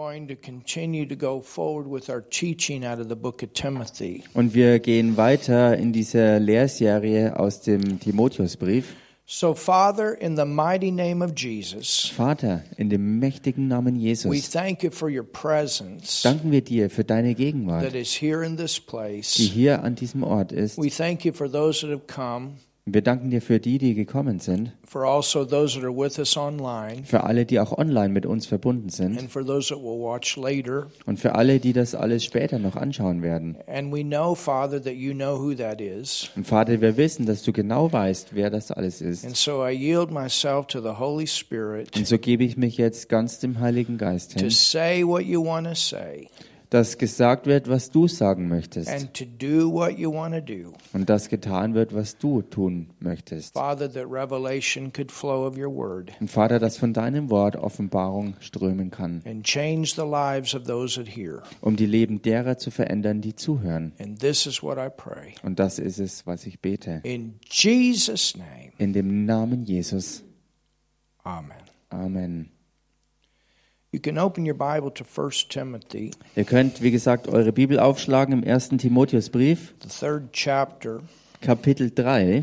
going to continue to go forward with our teaching out of the book of Timothy. Und wir gehen weiter in dieser Lehrserie aus dem Timotheusbrief. So, Father, in the mighty name of Jesus, Vater, in dem mächtigen Namen we Jesus, thank you for your presence danken wir dir für deine that Gegenwart, is here in this die place. hier an diesem Ort ist. We thank you for those that have come, Wir danken dir für die gekommen sind, for also those that are with us online, für alle, die auch online mit uns verbunden sind and for those that will watch later. und für alle, die das alles später noch anschauen werden. And we know, Father, that you know who that is. Und Vater, wir wissen, dass du genau weißt, wer das alles ist. And so I yield myself to the Holy Spirit Und so gebe ich mich jetzt ganz dem Heiligen Geist to hin, say what you want to say dass gesagt wird, was du sagen möchtest and to do what you want to do. und dass getan wird, was du tun möchtest. Father, that revelation could flow of your word Und Vater, dass von deinem Wort Offenbarung strömen kann, and change the lives of those that hear. um die Leben derer zu verändern, die zuhören. And this is what I pray. Und das ist es, was ich bete. In Jesus' name, In dem Namen Jesus. amen. Amen. You can open your Bible to 1 Timothy, Ihr könnt, wie gesagt, eure Bibel aufschlagen im 1. Timotheusbrief, the 3rd chapter. Kapitel 3.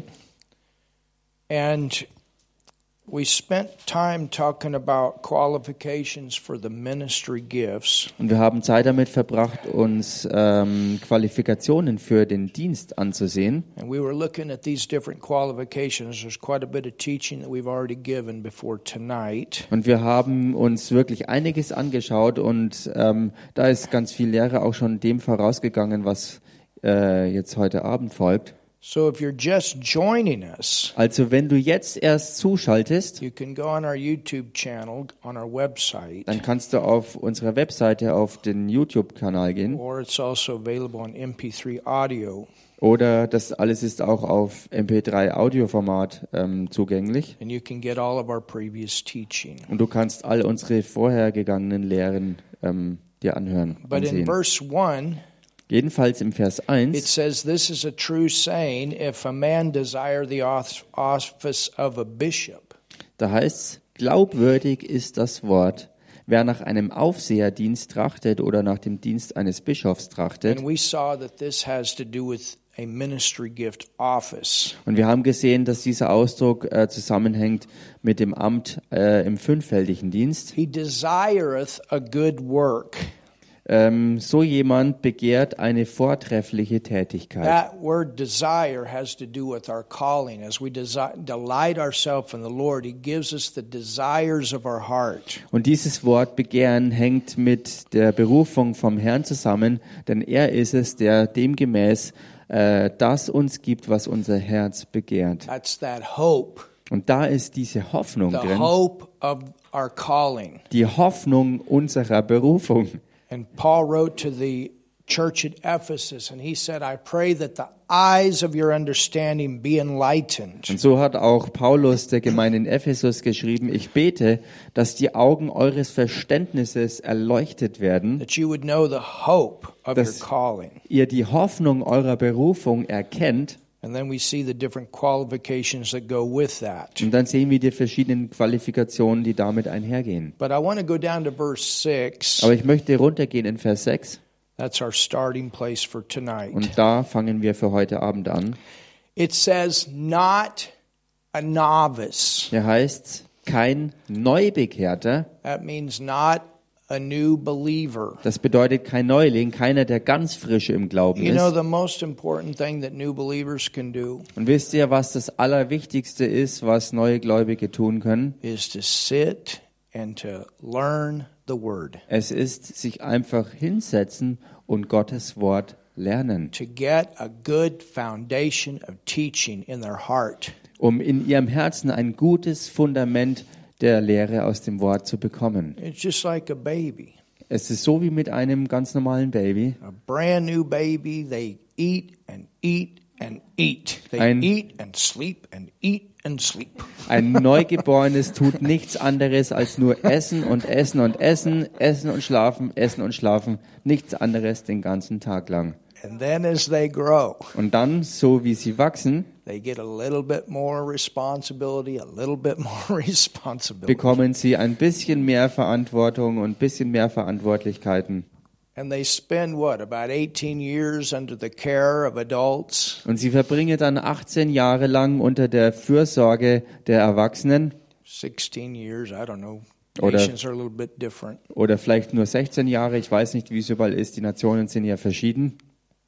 And we spent time talking about qualifications for the ministry gifts. Und wir haben Zeit damit verbracht, uns Qualifikationen für den Dienst anzusehen. And we were looking at these different qualifications. There's quite a bit of teaching that we've already given before tonight. Und wir haben uns wirklich einiges angeschaut und da ist ganz viel Lehre auch schon dem vorausgegangen, was jetzt heute Abend folgt. So if you're just joining us, Also wenn du jetzt erst zuschaltest, you can go on our YouTube channel, on our website, dann kannst du auf unserer Webseite auf den YouTube-Kanal gehen. or it's also available on MP3 audio. Oder das alles ist auch auf MP3-Audioformat zugänglich. And you can get all of our previous teaching. Und du kannst all unsere vorhergegangenen Lehren dir anhören und But in sehen. verse 1, Jedenfalls im Vers it 1, says, "This is a true saying, if a man desire the office of a bishop." da heißt es, glaubwürdig ist das Wort, wer nach einem Aufseherdienst trachtet oder nach dem Dienst eines Bischofs trachtet. And we saw that this has to do with a ministry gift office. Und wir haben gesehen, dass dieser Ausdruck zusammenhängt mit dem Amt im fünffältigen Dienst. He desireth a good work. So jemand begehrt eine vortreffliche Tätigkeit. That word desire has to do with our calling. As we delight ourselves in the Lord, He gives us the desires of our heart. Und dieses Wort Begehren hängt mit der Berufung vom Herrn zusammen, denn er ist es, der demgemäß das uns gibt, was unser Herz begehrt. That's that hope, Und da ist diese Hoffnung the drin, hope of our calling. die Hoffnung unserer Berufung. And Paul wrote to the church at Ephesus, and he said, "I pray that the eyes of your understanding be enlightened." Und so hat auch Paulus der Gemeinde in Ephesus geschrieben, ich bete, dass die Augen eures Verständnisses erleuchtet werden, That you would know the hope of your Das- calling. ihr die Hoffnung eurer Berufung erkennt. And then we see the different qualifications that go with that. Und dann sehen wir die verschiedenen Qualifikationen, die damit einhergehen. But I want to go down to verse 6. Aber ich möchte runtergehen in Vers 6 That's our starting place for tonight. und da fangen wir für heute Abend an. It says, not a novice. Hier heißt kein Neubekehrter. That means not a new believer. Das bedeutet kein Neuling, keiner, der ganz frisch im Glauben You know, ist. the most important thing that new believers can do Und wisst ihr, was das Allerwichtigste ist, was neue Gläubige tun können? is to sit and to learn the Word, Es ist, sich einfach hinsetzen und Gottes Wort lernen, to get a good foundation of teaching in their heart. um in ihrem Herzen ein gutes Fundament der Lehre aus dem Wort zu bekommen. It's just like a baby. Es ist so wie mit einem ganz normalen Baby. A brand new baby, they eat and eat and eat. They Ein- eat and sleep and eat and sleep. Ein Neugeborenes tut nichts anderes als nur essen und essen und essen, essen und schlafen, nichts anderes den ganzen Tag lang. And then as they grow, Und dann, so wie sie wachsen, they get a little bit more responsibility, a little bit more responsibility. bekommen sie ein bisschen mehr Verantwortung und ein bisschen mehr Verantwortlichkeiten. And they spend about 18 years under the care of adults. Und sie verbringen dann 18 Jahre lang unter der Fürsorge der Erwachsenen 16 years, I don't know. Oder- Nations are a little bit different. oder vielleicht nur 16 Jahre. Ich weiß nicht, wie es überall ist. Die Nationen sind ja verschieden.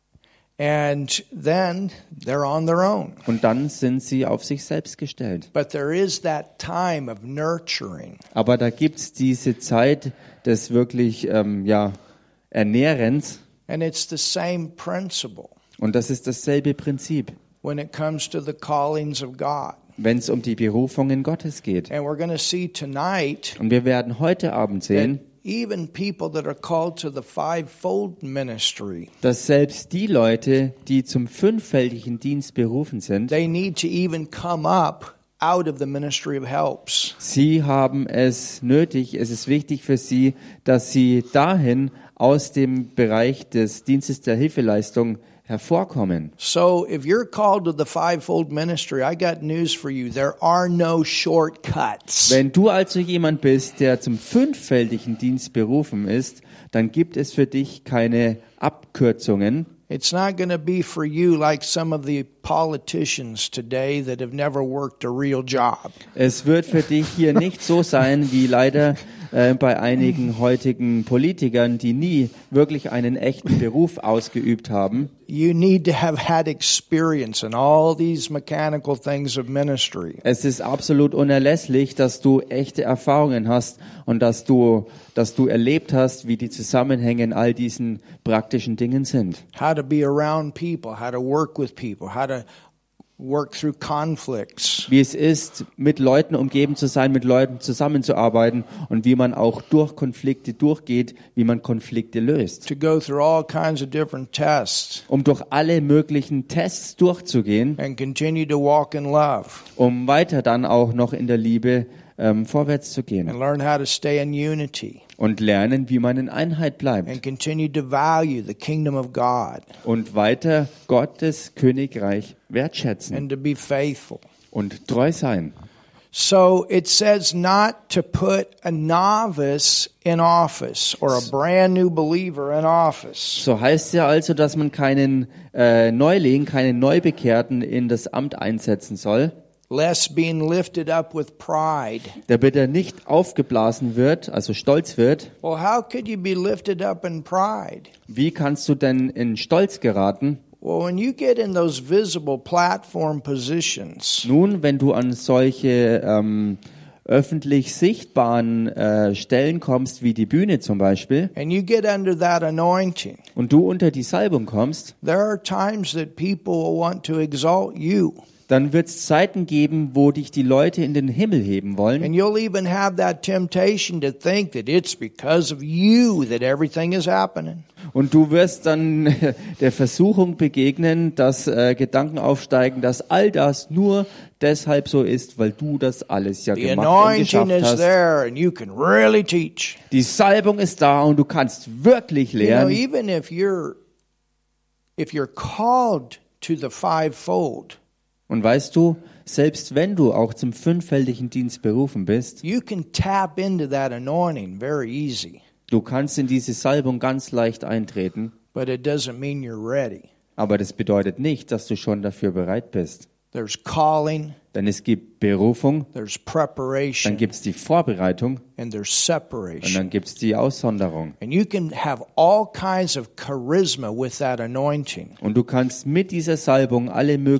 And then they're on their own. Und dann sind sie auf sich selbst gestellt. But there is that time of nurturing. Aber da gibt es diese Zeit des wirklich Ernährens. And it's the same principle Und das ist dasselbe Prinzip, when it comes to the callings of God. wenn es um die Berufungen Gottes geht. And we're going to see tonight Und wir werden heute Abend sehen, that even people that are called to the fivefold ministry, dass selbst die Leute, die zum fünffältigen Dienst berufen sind, they need to even come up out of the ministry of helps. sie haben es nötig, es ist wichtig für sie, dass sie dahin aus dem Bereich des Dienstes der Hilfeleistung hervorkommen. So if you're called to the fivefold ministry, I got news for you. There are no shortcuts. Wenn du also jemand bist, der zum fünffältigen Dienst berufen ist, dann gibt es für dich keine Abkürzungen. It's not going to be for you like some of the politicians today that have never worked a real job. Es wird für dich hier nicht so sein, wie leider bei einigen heutigen Politikern, die nie wirklich einen echten Beruf ausgeübt haben. You need to have had experience in all these mechanical things of ministry. Es ist absolut unerlässlich, dass du echte Erfahrungen hast und dass du erlebt hast, wie die Zusammenhänge in all diesen praktischen Dingen sind. How to be around people, how to work with people, how to work through conflicts. Wie es ist, mit Leuten umgeben zu sein, mit Leuten zusammenzuarbeiten und wie man auch durch Konflikte durchgeht, wie man Konflikte löst. To go through all kinds of different tests Um durch alle möglichen Tests durchzugehen, and continue to walk in love um weiter dann auch noch in der Liebe vorwärts zu gehen and learn how to stay in unity und lernen, wie man in Einheit bleibt and continue to value the kingdom of God und weiter Gottes Königreich wertschätzen and to be faithful. und treu sein. So it says not to put a novice in office or a brand new believer in office. So heißt ja also, dass man keinen Neuling, keinen Neubekehrten in das Amt einsetzen soll, Lest being lifted up with pride. damit er nicht aufgeblasen wird, also stolz wird. Well, how could you be lifted up in pride? Wie kannst du denn in Stolz geraten? Well, when you get in those visible platform positions, Nun, wenn du an solche öffentlich sichtbaren Stellen kommst, wie die Bühne zum Beispiel, and you get under that anointing, und du unter die Salbung kommst, there are times that people will want to exalt you. dann wird es Zeiten geben, wo dich die Leute in den Himmel heben wollen. And you'll even have that temptation to think that it's because of you that everything is happening. Und du wirst dann der Versuchung begegnen, dass Gedanken aufsteigen, dass all das nur deshalb so ist, weil du das alles ja The gemacht und anointing geschafft is hast. there and you can really teach. Die Salbung ist da und du kannst wirklich You know, lernen. even if you're called to the fivefold, Und weißt du, selbst wenn du auch zum fünffältigen Dienst berufen bist, you can tap into that anointing very easy, du kannst in diese Salbung ganz leicht eintreten, but it doesn't mean you're ready. aber das bedeutet nicht, dass du schon dafür bereit bist. There's calling, Denn es gibt Berufung, there's dann preparation, gibt es die Vorbereitung and there's und separation. dann gibt es die Aussonderung. And you can have all kinds of charisma with that anointing. Und du kannst mit dieser Salbung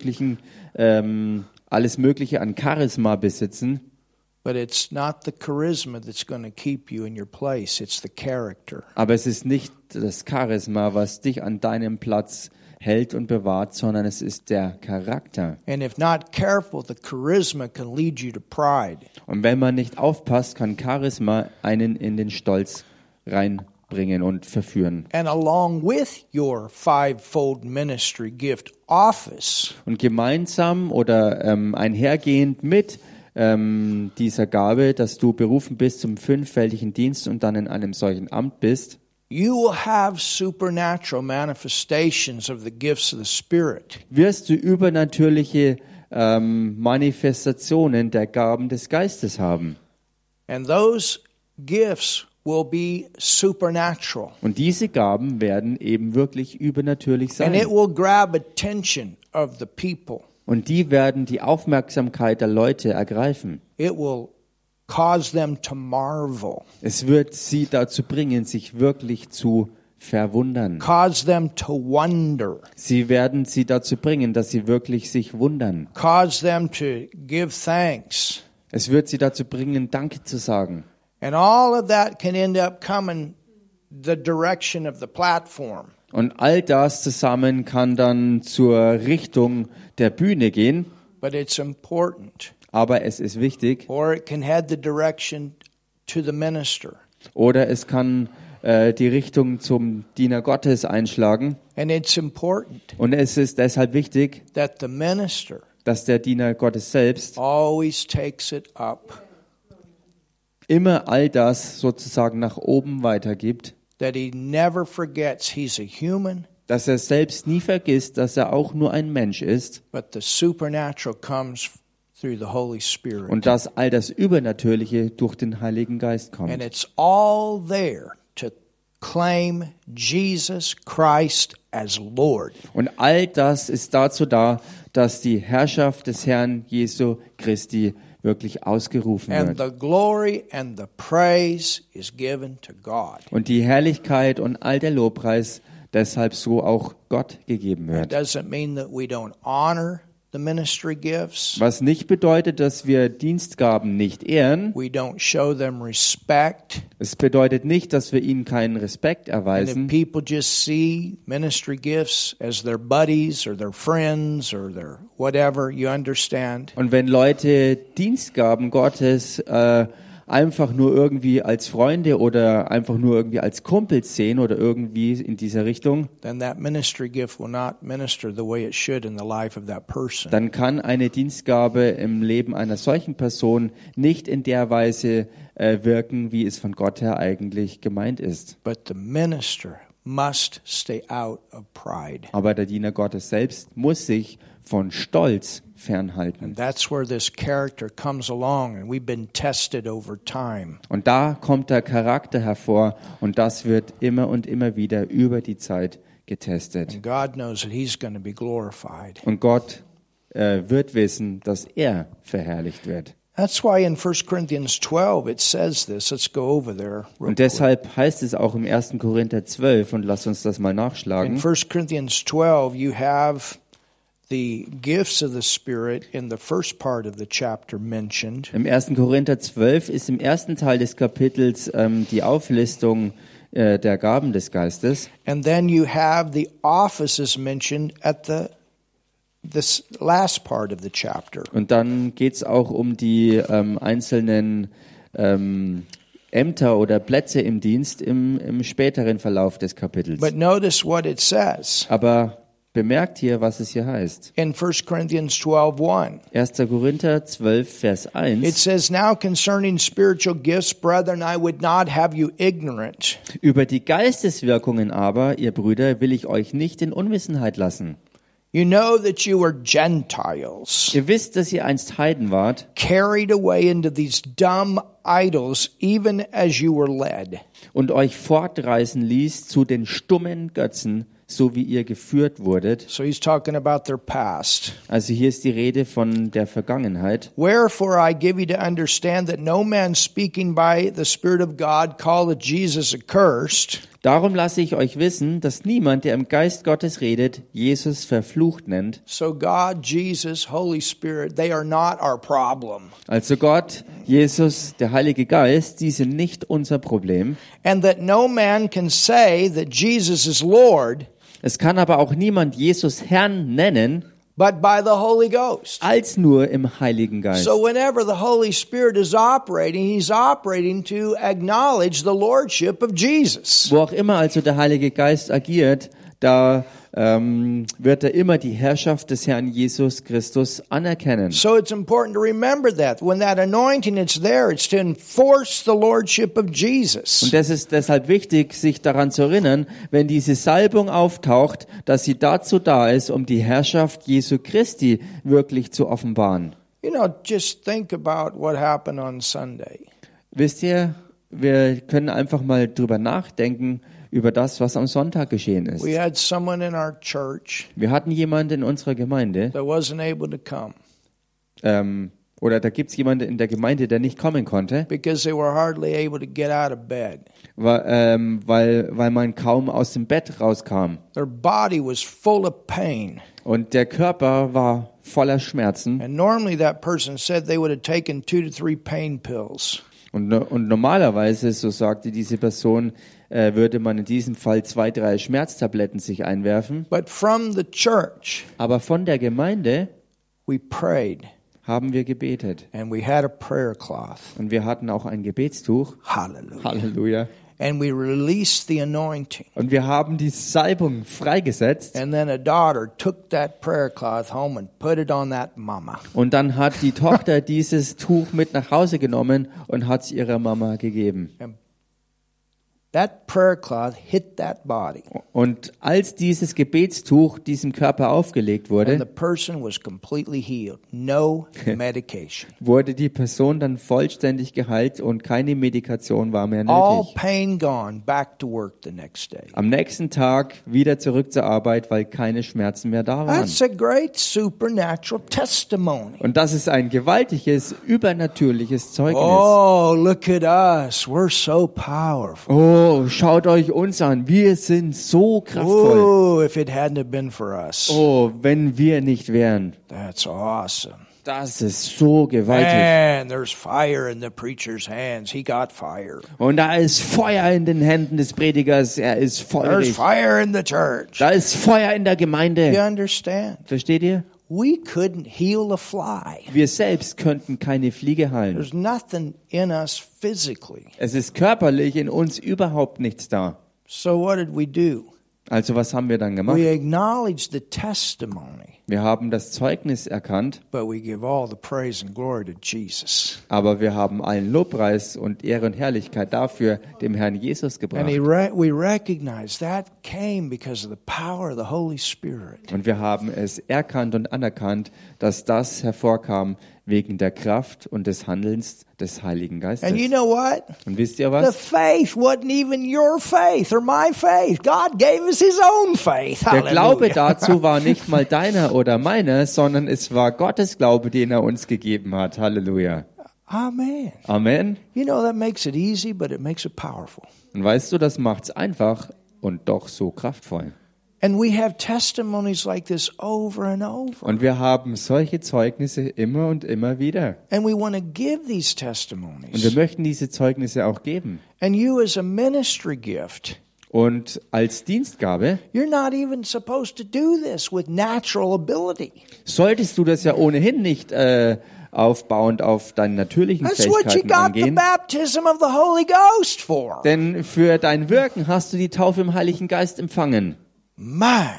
alles Mögliche an Charisma besitzen, But it's not the charisma that's going to keep you in your place. It's the character. aber es ist nicht das Charisma, was dich an deinem Platz hält und bewahrt, sondern es ist der Charakter. And if not careful, the charisma can lead you to pride. Und wenn man nicht aufpasst, kann Charisma einen in den Stolz reinbringen und verführen. And along with your fivefold ministry gift office, Und gemeinsam oder einhergehend mit dieser Gabe, dass du berufen bist zum fünffältigen Dienst und dann in einem solchen Amt bist, you will have supernatural manifestations of the gifts of the Spirit. wirst du übernatürliche Manifestationen der Gaben des Geistes haben. And those gifts will be supernatural. Und diese Gaben werden eben wirklich übernatürlich And sein. it will grab attention of the people. Und die werden die Aufmerksamkeit der Leute ergreifen. It will cause them to marvel, Es wird sie dazu bringen, sich wirklich zu verwundern. cause them to wonder, Sie werden sie dazu bringen, dass sie wirklich sich wundern. cause them to give thanks. Es wird sie dazu bringen, Danke zu sagen. And all of that can end up coming the direction of the platform. Und all das zusammen kann dann zur Richtung der Bühne gehen. But it's important. Aber es ist wichtig. Or it can head the direction to the minister. Oder es kann die Richtung zum Diener Gottes einschlagen. And it's important Und es ist deshalb wichtig, that the minister dass der Diener Gottes selbst always takes it up. immer all das sozusagen nach oben weitergibt, That he never forgets he's a human, dass er selbst nie vergisst, dass er auch nur ein Mensch ist but the supernatural comes through the Holy Spirit. und dass all das Übernatürliche durch den Heiligen Geist And kommt. it's all there to claim Jesus Christ as Lord. Und all das ist dazu da, dass die Herrschaft des Herrn Jesu Christi wirklich ausgerufen And wird. the glory and the praise is given to God. Und die Herrlichkeit und all der Lobpreis deshalb so auch Gott gegeben It wird. doesn't mean that we don't honor the ministry gifts. Was nicht bedeutet, dass wir Dienstgaben nicht ehren. We don't show them respect. Es bedeutet nicht, dass wir ihnen keinen Respekt And if erweisen. people just see ministry gifts as their buddies or their friends or their whatever, you understand? Und wenn Leute Dienstgaben Gottes einfach nur irgendwie als Freunde oder einfach nur irgendwie als Kumpels sehen oder irgendwie in dieser Richtung, Then that ministry gift will not minister the way it should in the life of that person. dann kann eine Dienstgabe im Leben einer solchen Person nicht in der Weise wirken, wie es von Gott her eigentlich gemeint ist. But the minister must stay out of pride. Aber der Diener Gottes selbst muss sich von Stolz fernhalten. And that's where this character comes along, and we've been tested over time. Und da kommt der Charakter hervor und das wird immer und immer wieder über die Zeit getestet. And God knows that He's going to be glorified. Und Gott wird wissen, dass er verherrlicht wird. That's why in 1 Corinthians 12 it says this. Let's go over there. Real Und quick. deshalb heißt es auch im 1. Korinther 12, und lasst uns das mal In nachschlagen. 1 Corinthians 12, you have the gifts of the Spirit in the first part of the chapter mentioned. Im 1. Korinther 12 ist im ersten Teil des Kapitels die Auflistung der Gaben des Geistes. And then you have the offices mentioned at this last part of the chapter. Und dann geht es auch um die einzelnen Ämter oder Plätze im Dienst im späteren Verlauf des Kapitels. But notice what it says Aber bemerkt hier, was es hier heißt. in 1 Corinthians 12:1. 1. Korinther 12, Vers It 1. says, "Now concerning spiritual gifts, brethren, I would not have you ignorant. Über die Geisteswirkungen aber, ihr Brüder, will ich euch nicht in Unwissenheit lassen. You know that you were Gentiles, Ihr wisst, dass ihr einst Heiden wart carried away into these dumb idols, even as you were led." und euch fortreißen ließ zu den stummen Götzen, so wie ihr geführt wurdet. So he's talking about their past. Also hier ist die Rede von der Vergangenheit. "Wherefore I give you to understand that no man speaking by the Spirit of God calleth Jesus accursed, Darum lasse ich euch wissen, dass niemand, der im Geist Gottes redet, Jesus verflucht nennt. so God, Jesus, Holy Spirit, they are not our problem. Also Gott, Jesus, der Heilige Geist, die sind nicht unser Problem. And that no man can say that Jesus is Lord, Es kann aber auch niemand Jesus Herrn nennen, but by the Holy Ghost." als nur im Heiligen Geist. So whenever the Holy Spirit is operating, He's operating to acknowledge the Lordship of Jesus. Wo auch immer also der Heilige Geist agiert, da wird er immer die Herrschaft des Herrn Jesus Christus anerkennen. So it's important to remember that. When that anointing is there, it's to enforce the lordship of Jesus. Und es ist deshalb wichtig, sich daran zu erinnern, wenn diese Salbung auftaucht, dass sie dazu da ist, um die Herrschaft Jesu Christi wirklich zu offenbaren. You know, just think about what happened on Sunday. Wisst ihr, wir können einfach mal drüber nachdenken, über das, was am Sonntag geschehen ist. We had someone in our church Wir hatten jemanden in unserer Gemeinde, that wasn't able to come oder da gibt es jemanden in der Gemeinde, der nicht kommen konnte, because they were hardly able to get out of bed. weil man kaum aus dem Bett rauskam. Their body was full of pain. Und der Körper war voller Schmerzen. And normally that person said they would have taken 2 to 3 pain pills. Und normalerweise, so sagte diese Person, würde man in diesem Fall 2, 3 Schmerztabletten sich einwerfen. But from the church, Aber von der Gemeinde we prayed haben wir gebetet. and we had a prayer cloth. Und wir hatten auch ein Gebetstuch. Hallelujah. Halleluja. And we released the anointing. Und wir haben die Salbung freigesetzt. And then a daughter took that prayer cloth home and put it on that mama. Und dann hat die Tochter dieses Tuch mit nach Hause genommen und hat es ihrer Mama gegeben. And that prayer cloth hit that body. Und als dieses Gebetstuch diesem Körper aufgelegt And the wurde, person was completely healed. No medication. wurde die Person dann vollständig geheilt und keine Medikation war mehr All nötig. pain gone, back to work the next day. Am nächsten Tag wieder zurück zur Arbeit, weil keine Schmerzen mehr da waren. That's a great supernatural testimony. Und das ist ein gewaltiges, übernatürliches Zeugnis. Oh, look at us. We're so powerful. Oh, schaut euch uns an. Wir sind so kraftvoll. Oh, if it hadn't have been for us. Oh, wenn wir nicht wären. That's awesome. Das ist so gewaltig. Man, there's fire in the preacher's hands. He got fire. Und da ist Feuer in den Händen des Predigers. Er ist There's feurig. fire in the church. Da ist Feuer in der You Gemeinde. understand? Versteht ihr? We couldn't heal a fly. Wir selbst könnten keine Fliege heilen. There's nothing in us physically. Es ist körperlich in uns überhaupt nichts da. So what did we do? Also was haben wir dann gemacht? We acknowledged the testimony, Wir haben das Zeugnis erkannt, but we give all the praise and glory to Jesus. aber wir haben allen Lobpreis und Ehre und Herrlichkeit dafür dem Herrn Jesus gebracht. And we recognize that came because of the power of the Holy Spirit. Und wir haben es erkannt und anerkannt, dass das hervorkam wegen der Kraft und des Handelns des Heiligen Geistes. And you know what? Und wisst ihr The was? faith wasn't even your faith or my faith. God gave us His own faith. Der Glaube Hallelujah. dazu war nicht mal deiner oder meiner, sondern es war Gottes Glaube, den er uns gegeben hat. Halleluja. Amen. Amen. You know, that makes it easy, but it makes it powerful. Und weißt du, das macht's einfach und doch so kraftvoll. And we have testimonies like this over and over. Und wir haben solche Zeugnisse immer und immer wieder. And we want to give these Und wir testimonies. möchten diese Zeugnisse auch geben. And you as a ministry gift, Und als Dienstgabe you're not even supposed to do this with natural ability. solltest du das ja ohnehin nicht aufbauend auf deinen natürlichen That's what you Fähigkeiten got the angehen. baptism of the Holy Ghost for. Denn für dein Wirken hast du die Taufe im Heiligen Geist empfangen. Man.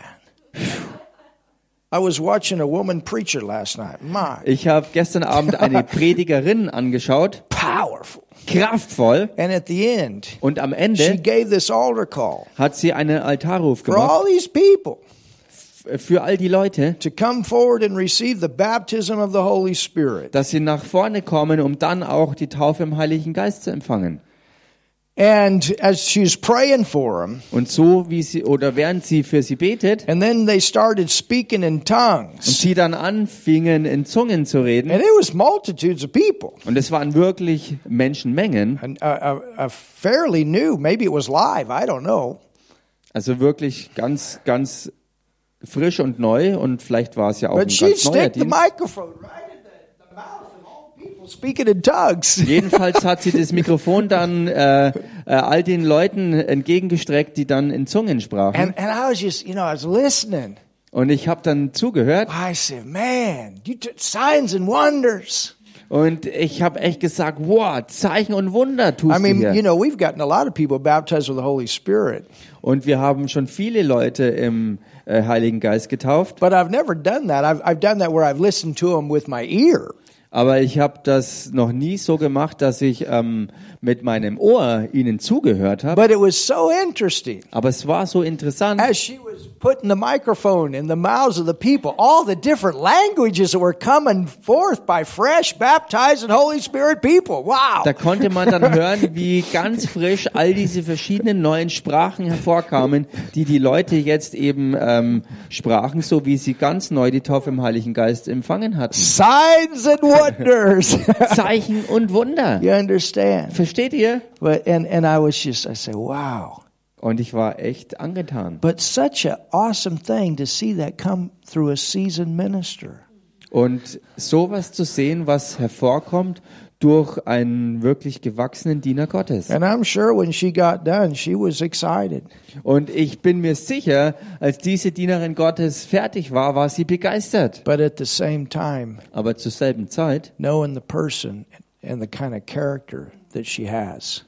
I was watching a woman preacher last night. My, Ich habe gestern Abend eine Predigerin angeschaut, powerful. kraftvoll, And at the end, und am she Ende gave this altar call hat sie einen Altarruf for gemacht all these people für all die Leute, to come forward and receive the baptism of the Holy Spirit. dass sie nach vorne kommen, um dann auch die Taufe im Heiligen Geist zu empfangen. And as she's praying for them, Und so wie sie oder während sie für sie betet and then they started speaking in und tongues. sie dann anfingen in Zungen zu reden, And it was multitudes of people. und es waren wirklich Menschenmengen, And a fairly new, maybe it was live, I don't know. also wirklich ganz, ganz frisch und neu, und vielleicht war es ja auch ein But she'd ganz neuer stick the Dienst. microphone right in the mouth of all people speaking in tongues. Jedenfalls hat sie das Mikrofon dann all den Leuten entgegengestreckt, die dann in Zungen sprachen. And I was just, I was listening. Und ich habe dann zugehört I said, man, you took signs and wonders. Und ich habe echt gesagt, wow, Zeichen und Wunder tust I mean, du you hier. know, we've gotten a lot of people baptized with the Holy Spirit, Und wir haben schon viele Leute im Heiligen Geist getauft. but I've never done that. I've done that where I've listened to them with my ear. Aber ich habe das noch nie so gemacht, dass ich mit meinem Ohr ihnen zugehört habe. But it was so interesting. Aber es war so interessant, As she was putting the microphone in the mouths of the people, all the different languages that were coming forth by fresh, baptized, and Holy Spirit people. Wow. da konnte man dann hören, wie ganz frisch all diese verschiedenen neuen Sprachen hervorkamen, die die Leute jetzt eben sprachen, so wie sie ganz neu die Taufe im Heiligen Geist empfangen hatten. Signs and wonders. Zeichen und Wunder. You understand? Versteht ihr? But and I said, wow. Und ich war echt angetan. But such an awesome thing to see that come through a seasoned minister. Und sowas zu sehen, was hervorkommt durch einen wirklich gewachsenen Diener Gottes. And I'm sure when she got done, she was excited. Und ich bin mir sicher, als diese Dienerin Gottes fertig war, war sie begeistert. But at the same time, Aber zur selben Zeit, knowing the person and the kind of character that she has.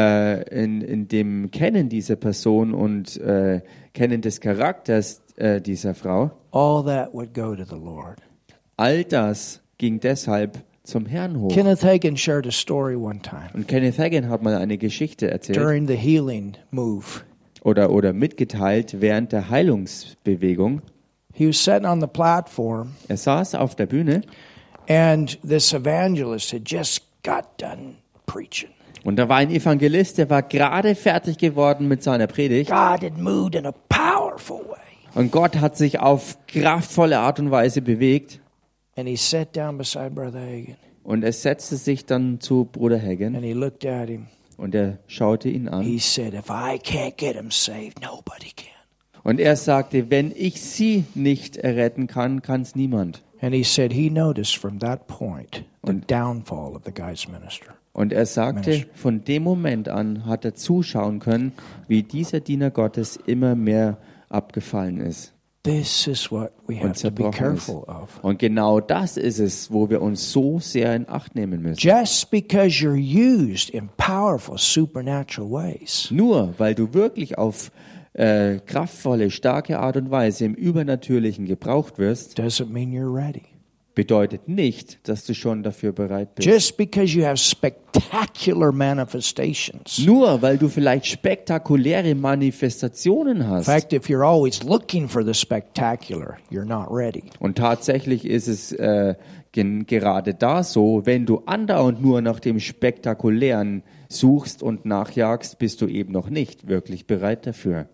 in dem Kennen dieser Person und Kennen des Charakters dieser Frau, All that would go to the Lord. all das ging deshalb zum Herrn hoch. Kenneth Hagin shared a story one time Und Kenneth Hagin hat mal eine Geschichte erzählt during the healing move. oder mitgeteilt während der Heilungsbewegung. He was sitting on the platform, Er saß auf der Bühne and this evangelist had just got done preaching. und da war ein Evangelist, der war gerade fertig geworden mit seiner Predigt. God had moved in a powerful way. Und Gott hat sich auf kraftvolle Art und Weise bewegt. And he sat down beside Brother Hagin, Und er setzte sich dann zu Bruder Hagin and he looked at him. und er schaute ihn an. He said, if I can't get him saved, nobody can. Und er sagte, wenn ich sie nicht erretten kann, kann es niemand. And he said he noticed from that point the downfall of the guy's minister. Und er sagte, von dem Moment an hat er zuschauen können, wie dieser Diener Gottes immer mehr abgefallen ist This is what we und have to be zerbrochen ist. careful of. Und genau das ist es, wo wir uns so sehr in Acht nehmen müssen. Just because you're used in powerful supernatural ways Nur weil du wirklich auf kraftvolle, starke Art und Weise im Übernatürlichen gebraucht wirst, doesn't mean you're ready. bedeutet nicht, dass du schon dafür bereit bist. Just because you have spectacular manifestations. Nur weil du vielleicht spektakuläre Manifestationen In hast. fact, if you're always looking for the spectacular, you're not ready. Und tatsächlich ist es gerade da so, wenn du andauernd nur nach dem Spektakulären suchst und nachjagst, bist du eben noch nicht wirklich bereit dafür.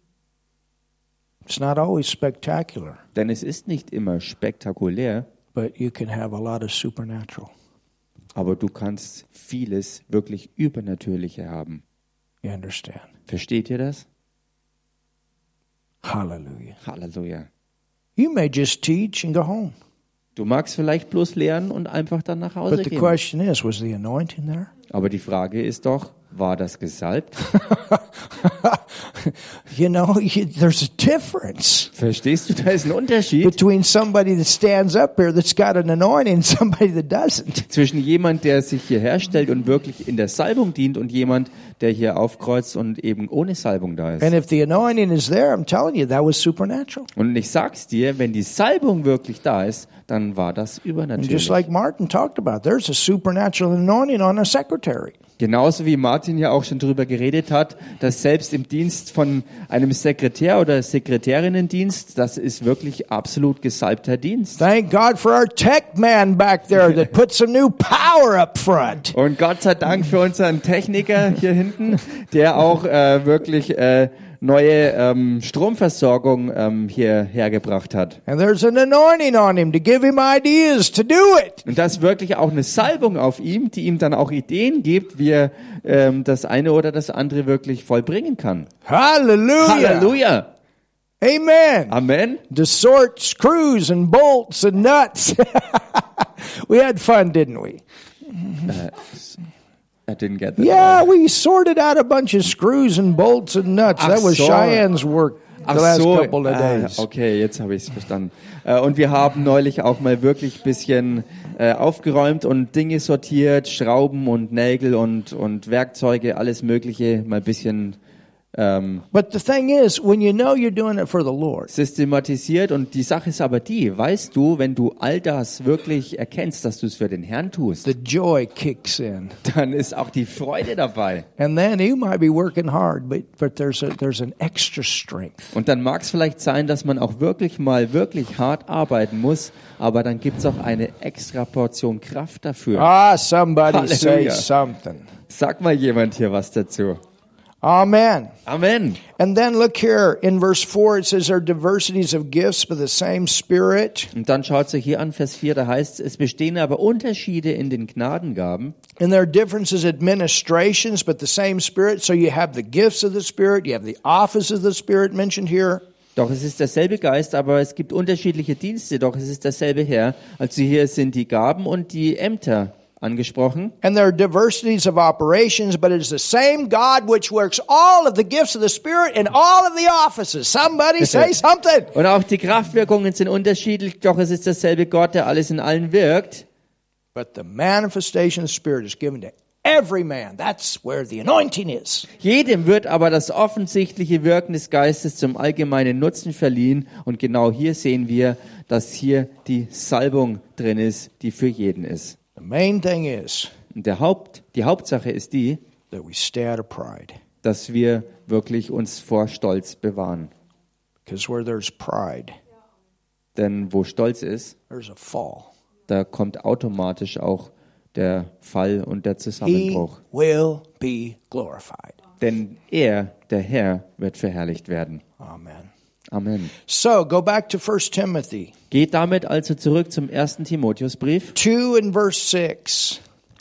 It's not always spectacular, Denn es ist nicht immer spektakulär, but you can have a lot of supernatural. aber du kannst vieles wirklich Übernatürliche haben. You understand? Versteht ihr das? Hallelujah. Halleluja. You may just teach and go home. Du magst vielleicht bloß lernen und einfach dann nach Hause But the gehen. question is, was the anointing there? Aber die Frage ist doch, war das gesalbt? You know, there's a difference Verstehst du, da ist ein Unterschied between somebody that stands up here that's got an anointing and somebody that doesn't. zwischen jemand, der sich hier herstellt und wirklich in der Salbung dient und jemand, der hier aufkreuzt und eben ohne Salbung da ist. And if the anointing is there, I'm telling you, that was supernatural. Und ich sag's dir, wenn die Salbung wirklich da ist, dann war das And übernatürlich. just like Martin talked about, there's a supernatural anointing on a secretary. Genauso wie Martin ja auch schon darüber geredet hat, dass selbst im Dienst von einem Sekretär oder Sekretärinnendienst, das ist wirklich absolut gesalbter Dienst. Thank God for our tech man back there that put some new power up front. Und Gott sei Dank für unseren Techniker hier hinten, der auch wirklich neue Stromversorgung hier hergebracht hat. And there's an anointing on him to give him ideas to do it. Und das ist wirklich auch eine Salbung auf ihm, die ihm dann auch Ideen gibt, wie er das eine oder das andere wirklich vollbringen kann. Hallelujah. Halleluja! Amen. Amen! To sort screws and bolts and nuts. We had fun, didn't we? I didn't get that. Yeah, we sorted out a bunch of screws and bolts and nuts. Ach That was so. Cheyenne's work. the last couple of days. Okay, jetzt habe ich es verstanden. Und wir haben neulich auch mal wirklich ein bisschen aufgeräumt und Dinge sortiert, Schrauben und Nägel und Werkzeuge, alles Mögliche, mal ein bisschen But the thing is, when you know you're doing it for the Lord, systematisiert. Und die Sache ist aber die, weißt du, wenn du all das wirklich erkennst, dass du es für den Herrn tust, the joy kicks in. dann ist auch die Freude dabei. And then you might be working hard, but there's an extra strength. Und dann mag es vielleicht sein, dass man auch wirklich hart arbeiten muss, aber dann gibt es auch eine extra Portion Kraft dafür. Ah, somebody say Hallelujah. something. Sag mal jemand hier was dazu. Amen. Amen. And then look here in verse 4, it says there are diversities of gifts, but the same Spirit. Und dann schaut euch hier an, Vers 4, da heißt es bestehen aber Unterschiede in den Gnadengaben. And there are differences administrations, but the same Spirit. So you have the gifts of the Spirit, you have the office of the Spirit mentioned here. Doch es ist derselbe Geist, aber es gibt unterschiedliche Dienste, doch es ist derselbe Herr. Also hier sind die Gaben und die Ämter angesprochen. And there are diversities of operations, but it is the same God which works all of the gifts of the Spirit in all of the offices. Somebody say something. Und auch die Kraftwirkungen sind unterschiedlich, doch es ist derselbe Gott, der alles in allen wirkt. But the manifestation of the Spirit is given to every man. That's where the anointing is. Jedem wird aber das offensichtliche Wirken des Geistes zum allgemeinen Nutzen verliehen. Und genau hier sehen wir, dass hier die Salbung drin ist, die für jeden ist. The main thing is Und die Hauptsache ist die, that we stay out of pride. dass wir wirklich uns vor Stolz bewahren. Because where there's pride, Denn wo Stolz ist, there's a fall. da kommt automatisch auch der Fall und der He Zusammenbruch. will be glorified. Denn er, der Herr, wird verherrlicht werden. Amen. Amen. So, go back to 1 Timothy Geht damit also zurück zum 1. Timotheusbrief, 2 and verse 6.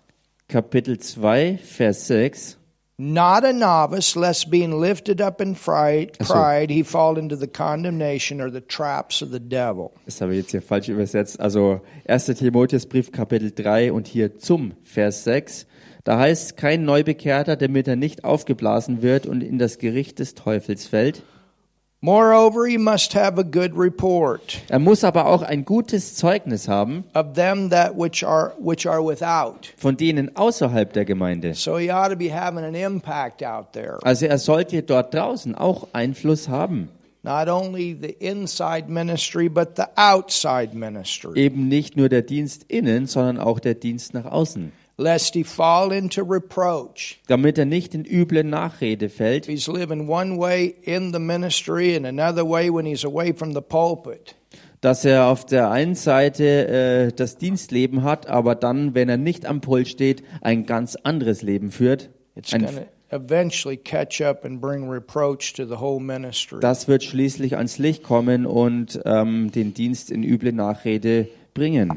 Kapitel 2, Vers 6. Not a novice, lest being lifted up in pride, Ach so. he fall into the condemnation or the traps of the devil. Das habe ich jetzt hier falsch übersetzt. Also 1. Timotheusbrief, Kapitel 3 und hier zum Vers 6. Da heißt kein Neubekehrter, damit er nicht aufgeblasen wird und in das Gericht des Teufels fällt. Moreover, he must have a good report Er muss aber auch ein gutes Zeugnis haben of them that which are without. von denen außerhalb der Gemeinde. So he ought to be having an impact out there. Also er sollte dort draußen auch Einfluss haben. Not only the inside ministry, but the outside ministry. Eben nicht nur der Dienst innen, sondern auch der Dienst nach außen. Lest he fall into reproach. Damit er nicht in üble Nachrede fällt, He's living one way in the ministry and another way when he's away from the pulpit. dass er auf der einen Seite das Dienstleben hat, aber dann, wenn er nicht am Pult steht, ein ganz anderes Leben führt. It's going to eventually catch up and bring reproach to the whole ministry. Das wird schließlich ans Licht kommen und den Dienst in üble Nachrede bringen.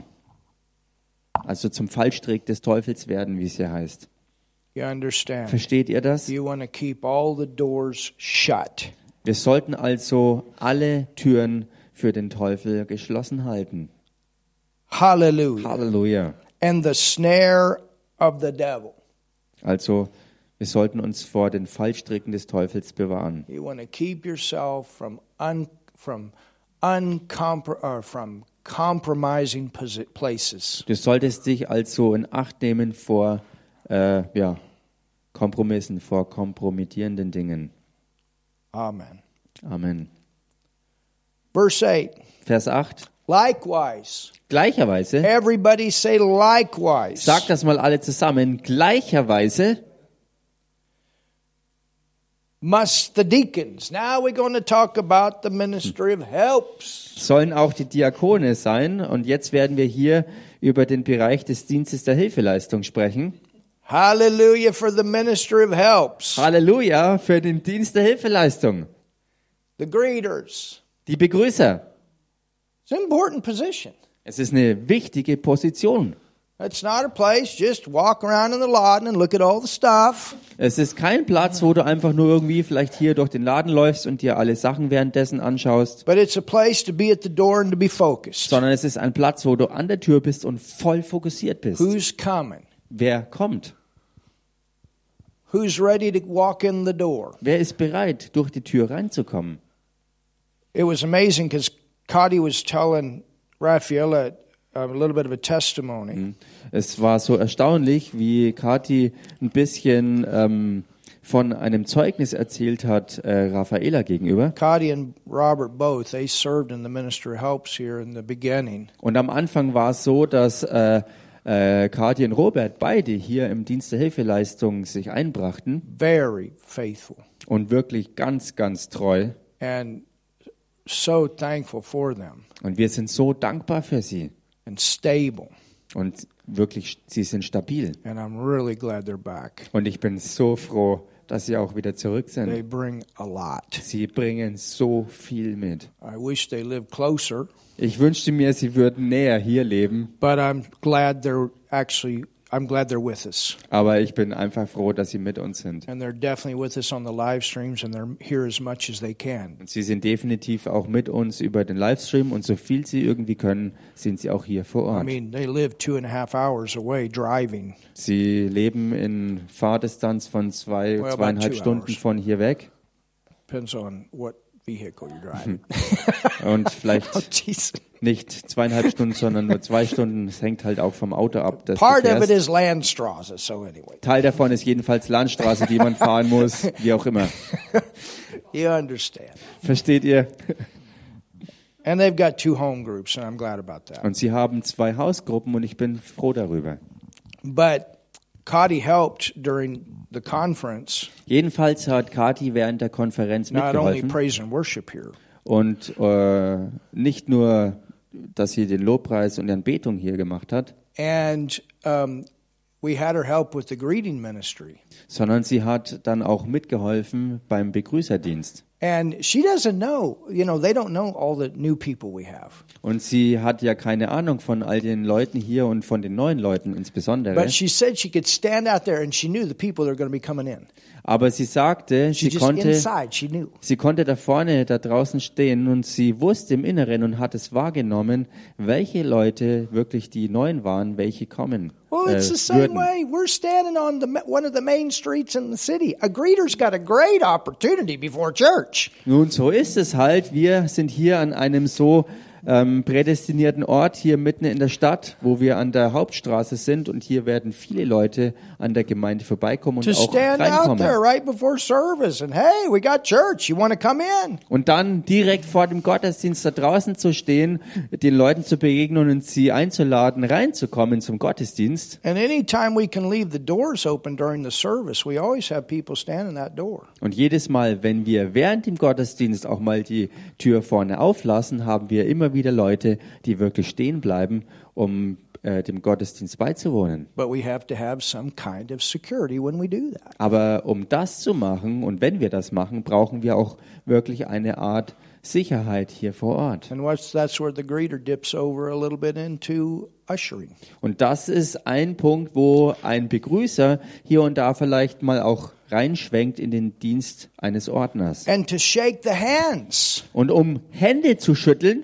Also zum Fallstrick des Teufels werden, wie es hier heißt. You understand? Versteht ihr das? You want to keep all the doors shut. Wir sollten also alle Türen für den Teufel geschlossen halten. Hallelujah. Halleluja. And the snare of the devil. Also wir sollten uns vor den Fallstricken des Teufels bewahren. You want to keep yourself from compromising places. Du solltest dich also in Acht nehmen vor Kompromissen, vor kompromittierenden Dingen. Amen. Amen. Verse 8. Vers 8. Likewise. Gleicherweise, Everybody say likewise. sagt das mal alle zusammen, gleicherweise Must the deacons. Now we're going to talk about the ministry of helps. sollen auch die Diakone sein. Und jetzt werden wir hier über den Bereich des Dienstes der Hilfeleistung sprechen. Hallelujah for the ministry of helps. Halleluja für den Dienst der Hilfeleistung. The greeters. Die Begrüßer. It's an important position. Es ist eine wichtige Position. It's not a place just walk around in the lot and look at all the stuff. Es ist kein Platz, wo du einfach nur irgendwie vielleicht hier durch den Laden läufst und dir alle Sachen währenddessen anschaust, But it's a place to be at the door and to be focused. sondern es ist ein Platz, wo du an der Tür bist und voll fokussiert bist. Who's coming? Wer kommt? Who's ready to walk in the door? Wer ist bereit, durch die Tür reinzukommen? It was amazing because Cody was telling Raffaella a little bit of a testimony. Es war so erstaunlich, wie Kathi ein bisschen von einem Zeugnis erzählt hat, Raffaella gegenüber. Cody and Robert both, they served in the Ministry of Helps here in the beginning. Und am Anfang war es so, dass Kathi und Robert beide hier im Dienst der Hilfeleistung sich einbrachten Very faithful. und wirklich ganz, ganz treu. And so thankful for them. Und wir sind so dankbar für sie. And stable. Und wirklich, sie sind stabil. And I'm really glad they're back. Und ich bin so froh, dass sie auch wieder zurück They sind. bring a lot. Sie bringen so viel mit. I wish they lived closer, Ich wünschte mir, sie würden näher hier leben, but I'm glad they're with us. aber ich bin einfach froh, dass sie mit uns sind. And they're definitely with us on the live streams, and they're here as much as they can. Und sie sind definitiv auch mit uns über den Livestream und so viel sie irgendwie können, sind sie auch hier vor I Ort. mean, they live 2.5 hours away driving. Sie leben in Fahrdistanz von Well, about 2,5 2 Stunden hours. von hier weg. Depends on what vehicle you're driving. Und Oh, vielleicht Jesus. nicht 2,5 Stunden, sondern nur 2 Stunden. Es hängt halt auch vom Auto ab. Das Part du of it fährst. is Landstraße, so anyway. Teil davon ist jedenfalls Landstraße, die man fahren muss, wie auch immer. You understand. Versteht ihr? And they've got 2 home groups, and I'm glad about that. Und sie haben 2 Hausgruppen und ich bin froh darüber. But Cody helped during the conference, Jedenfalls hat Kathi während der Konferenz not only mitgeholfen. praise and worship here, Und nicht nur, dass sie den Lobpreis und die Anbetung hier gemacht hat, and we had her help with the greeting ministry. sondern sie hat dann auch mitgeholfen beim Begrüßerdienst. And she doesn't know, they don't know all the new people we have. Und sie hat ja keine Ahnung von all den Leuten hier und von den neuen Leuten insbesondere. But she said she could stand out there and she knew the people that are going to be coming in. Aber sie sagte, She just inside, she knew. sie konnte da vorne, da draußen stehen und sie wusste im Inneren und hat es wahrgenommen, welche Leute wirklich die Neuen waren, welche kommen Well, it's the same würden. way. We're standing on one of the main streets in the city. A greeter's got a great opportunity before church. Nun, so ist es halt. Wir sind hier an einem so prädestinierten Ort hier mitten in der Stadt, wo wir an der Hauptstraße sind und hier werden viele Leute an der Gemeinde vorbeikommen und To auch stand out there reinkommen. right before service and, hey, we got church. You want to come in? Und dann direkt vor dem Gottesdienst da draußen zu stehen, den Leuten zu begegnen und sie einzuladen, reinzukommen zum Gottesdienst. And anytime we can leave the doors open during the service, we always have people standing that door. Und jedes Mal, wenn wir während dem Gottesdienst auch mal die Tür vorne auflassen, haben wir immer wieder Leute, die wirklich stehen bleiben, um dem Gottesdienst beizuwohnen. But we have to have some kind of security when we do that. Aber um das zu machen und wenn wir das machen, brauchen wir auch wirklich eine Art Sicherheit hier vor Ort. And that's where the greeter dips over a little bit into ushering. Und das ist ein Punkt, wo ein Begrüßer hier und da vielleicht mal auch reinschwenkt in den Dienst eines Ordners. And to shake the hands. Und um Hände zu schütteln,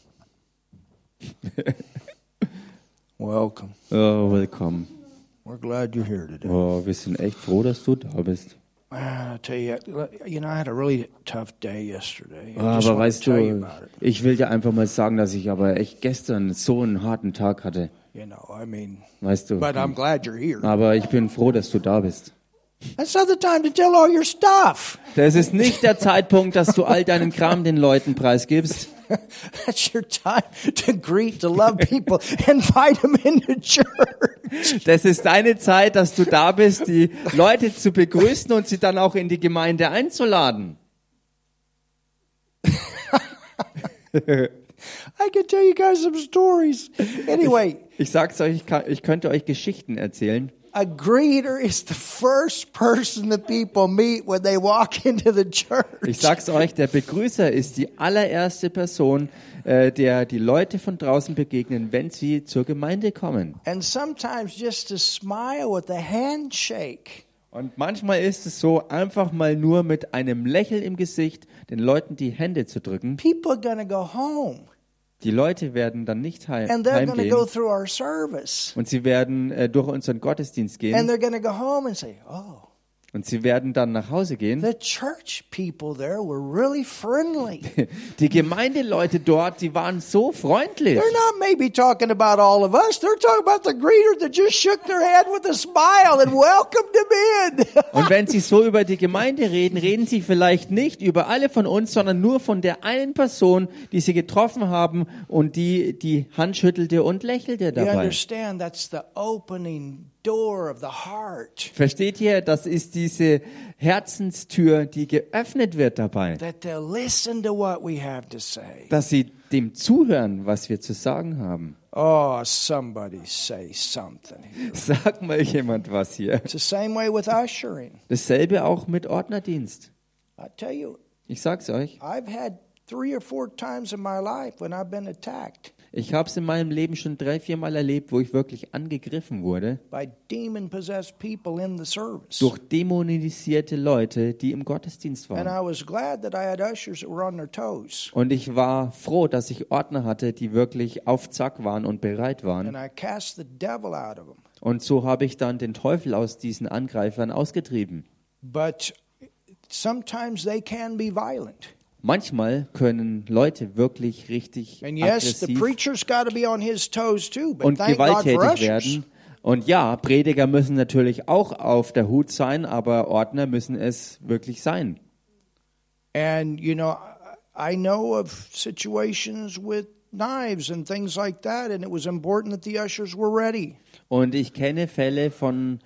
Welcome. oh, willkommen. We're glad you're here today. Oh, wir sind echt froh, dass du da bist. I tell you, I had a really tough day yesterday. I just Aber wanted weißt to tell you du, about it. ich will dir einfach mal sagen, dass ich aber echt gestern so einen harten Tag hatte. Weißt du. But I'm glad you're here. Aber ich bin froh, dass du da bist. That's not the time to tell all your stuff. Das ist nicht der Zeitpunkt, dass du all deinen Kram den Leuten preisgibst. That's your time to greet, to love people, invite them into church. Das ist deine Zeit, dass du da bist, die Leute zu begrüßen und sie dann auch in die Gemeinde einzuladen. I can tell you guys some stories. Anyway, Ich sag's euch, ich könnte euch Geschichten erzählen. a greeter is the first person that people meet when they walk into the church. Ich sag's euch, der Begrüßer ist die allererste Person, der die Leute von draußen begegnen, wenn sie zur Gemeinde kommen. And sometimes just to smile with a handshake. Und manchmal ist es so, einfach mal nur mit einem Lächeln im Gesicht den Leuten die Hände zu drücken. People are going to go home. Die Leute werden dann nicht And they're going to heimgehen go through our service. und sie werden durch unseren Gottesdienst And gehen they're going to go home and say, oh, Und sie werden dann nach Hause gehen. The church people there were really friendly. Die Gemeindeleute dort, die waren so freundlich. They're not maybe talking about all of us. They're talking about the greeter that just shook their head with a smile and welcomed him in. Und wenn sie so über die Gemeinde reden, reden sie vielleicht nicht über alle von uns, sondern nur von der einen Person, die sie getroffen haben und die Hand schüttelte und lächelte You dabei. understand that's the opening door of the heart. Versteht ihr, das ist diese Herzenstür, die geöffnet wird dabei, That they'll listen to what we have to say. dass sie dem zuhören, was wir zu sagen haben. Oh, somebody say something here. Sag mal jemand was hier. It's the same way with ushering. Dasselbe auch mit Ordnerdienst. I tell you, Ich sag's euch, I've had 3 or 4 times in my life when I've been attacked ich habe es in meinem Leben schon 3-4 Mal erlebt, wo ich wirklich angegriffen wurde by demon-possessed people in the service. durch dämonisierte Leute, die im Gottesdienst And waren. I was glad that I had ushers that were on their toes. Und ich war froh, dass ich Ordner hatte, die wirklich auf Zack waren und bereit waren. And I cast the devil out of them. Und so habe ich dann den Teufel aus diesen Angreifern ausgetrieben. But sometimes they can be violent. Manchmal können Leute wirklich richtig And yes, the aggressiv preacher's got to be on his toes too, but und thank God for gewalttätig ushers. werden. Und ja, Prediger müssen natürlich auch auf der Hut sein, aber Ordner müssen es wirklich sein. And you know, I know of situations with knives and things like that, and it was important that the ushers were ready. Und ich kenne Fälle von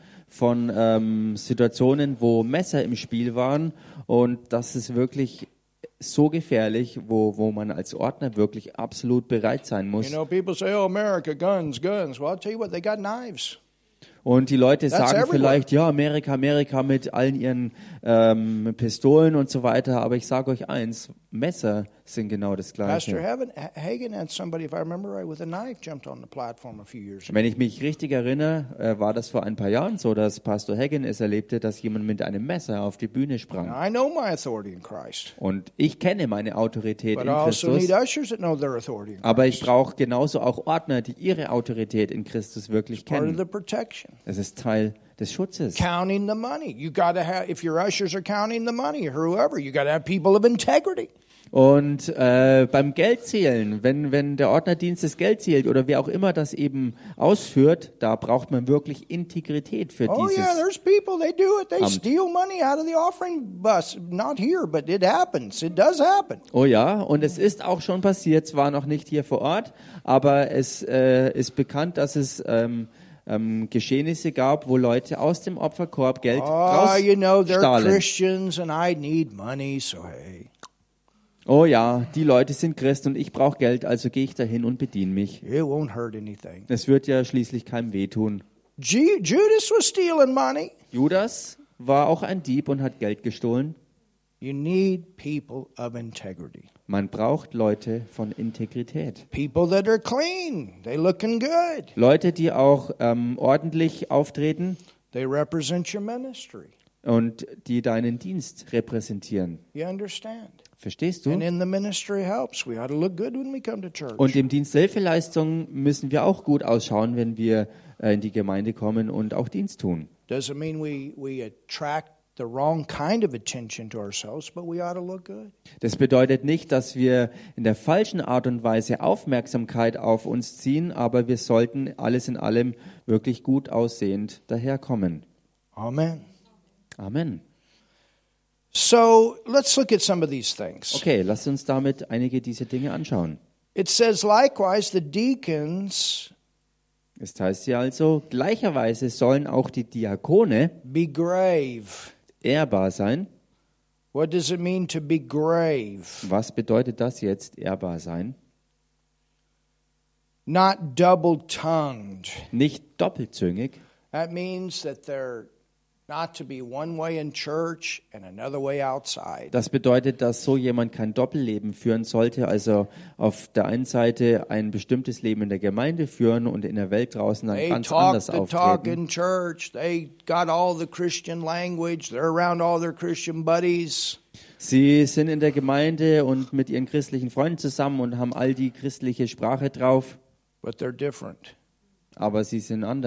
Situationen, wo Messer im Spiel waren, und das ist wirklich so gefährlich, wo man als Ordner wirklich absolut bereit sein You muss. know, people say, "Oh, America, guns, guns." Well, I'll tell you what, they got knives. Und die Leute That's sagen everywhere. vielleicht, ja, Amerika mit allen ihren Pistolen und so weiter, aber ich sage euch eins, Messer sind genau das Pastor Gleiche. Hagen had somebody, if I remember right, with a knife jumped on the platform a few years ago. Wenn ich mich richtig erinnere, war das vor ein paar Jahren so, dass Pastor Hagen es erlebte, dass jemand mit einem Messer auf die Bühne sprang. Now, I know my authority in Christ, Und ich kenne meine Autorität but in I also need Christus, ushers that know their authority in aber ich Christ. brauche genauso auch Ordner, die ihre Autorität in Christus wirklich Part of kennen. the protection. Es ist Teil des Schutzes. Counting the money. You got to have, if your ushers are counting the money, or whoever, you got to have people of integrity. Und beim Geldzählen, wenn der Ordnerdienst das Geld zählt oder wer auch immer das eben ausführt, da braucht man wirklich Integrität für Oh dieses. yeah, there's people, they do it. They Amt. steal money out of the offering bus. Not here, but it happens. It does happen. Oh ja, und es ist auch schon passiert, zwar noch nicht hier vor Ort, aber es ist bekannt, dass es Geschehnisse gab, wo Leute aus dem Opferkorb Geld Oh, you know, they're rausstahlen. Christians and I need money, so hey. Oh ja, die Leute sind Christen und ich brauche Geld, also gehe ich dahin und bediene mich. It won't hurt anything. Es wird ja schließlich keinem wehtun. Judas was stealing money. Judas war auch ein Dieb und hat Geld gestohlen. You need people of integrity. Man braucht Leute von Integrität. People that are clean. They looking good. Leute, die auch ordentlich auftreten They represent your ministry. und die deinen Dienst repräsentieren. You understand? Verstehst And du? in the ministry helps. We ought to look good when we come to church. Und im Dienst Hilfeleistung müssen wir auch gut ausschauen, wenn wir in die Gemeinde kommen und auch Dienst tun. Doesn't mean we attract the wrong kind of attention to ourselves, but we ought to look good. Das bedeutet nicht, dass wir in der falschen Art und Weise Aufmerksamkeit auf uns ziehen, aber wir sollten alles in allem wirklich gut aussehend daherkommen. Amen. Amen. So let's look at some of these things. Okay, lasst uns damit einige dieser Dinge anschauen. It says likewise the deacons Es heißt hier also, gleicherweise sollen auch die Diakone be grave. ehrbar sein. What does it mean to be grave? Was bedeutet das jetzt, ehrbar sein? Not double-tongued. Nicht doppelzüngig. That means that they're not to be one way in church and another way outside. Das bedeutet, dass so jemand kein Doppelleben führen sollte, also auf der einen Seite ein bestimmtes Leben in der Gemeinde führen und in der Welt draußen dann They ganz talk anders the talk auftreten. in church. They got all the Christian language. They're around all their Christian buddies. Sie sind in der Gemeinde und mit ihren christlichen Freunden zusammen und haben all die christliche Sprache drauf, But they're different. aber sie sind anders.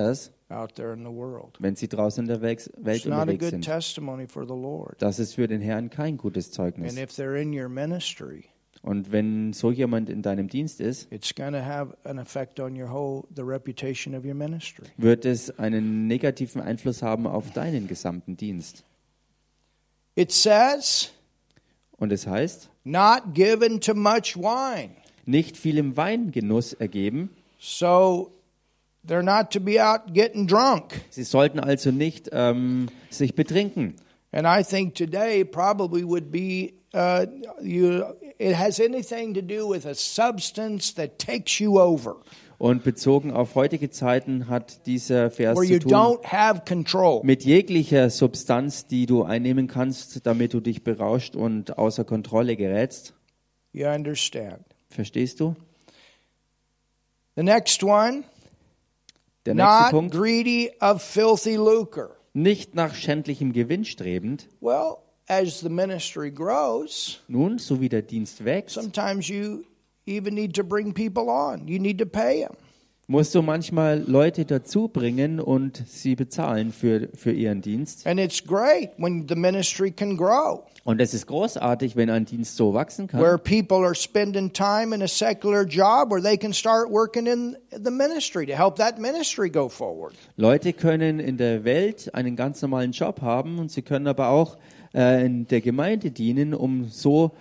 out there in the world. wenn sie draußen in der Welt It's not a unterwegs good sind. testimony for the Lord. Das ist für den Herrn kein gutes And Zeugnis. if they're in your ministry, Und wenn so jemand in deinem Dienst ist, it's going to have an effect on the reputation of your ministry. wird es einen negativen Einfluss haben auf deinen gesamten Dienst. It says, Und es heißt, not given to much wine. nicht vielem Weingenuss ergeben. So they're not to be out getting drunk. Sie sollten also nicht sich betrinken. And I think today probably would be it has anything to do with a substance that takes you over, Und bezogen auf heutige Zeiten hat dieser Vers where zu you tun don't have control. mit jeglicher Substanz, die du einnehmen kannst, damit du dich berauscht und außer Kontrolle gerätst. You understand? Verstehst du? The next one, Der nächste not Punkt, greedy of filthy lucre. nicht nach schändlichem Gewinn strebend. Well, as the ministry grows, Nun, so wie der Dienst wächst, sometimes you even need to bring people on. You need to pay them. musst du manchmal Leute dazu bringen und sie bezahlen für ihren Dienst. And it's great when the ministry can grow, Und es ist großartig, wenn ein Dienst so wachsen where kann, people are spending time in a secular job where they can start working in the ministry to help that ministry go forward. Leute können in der Welt einen ganz normalen Job haben und sie können aber auch in der Gemeinde dienen, um so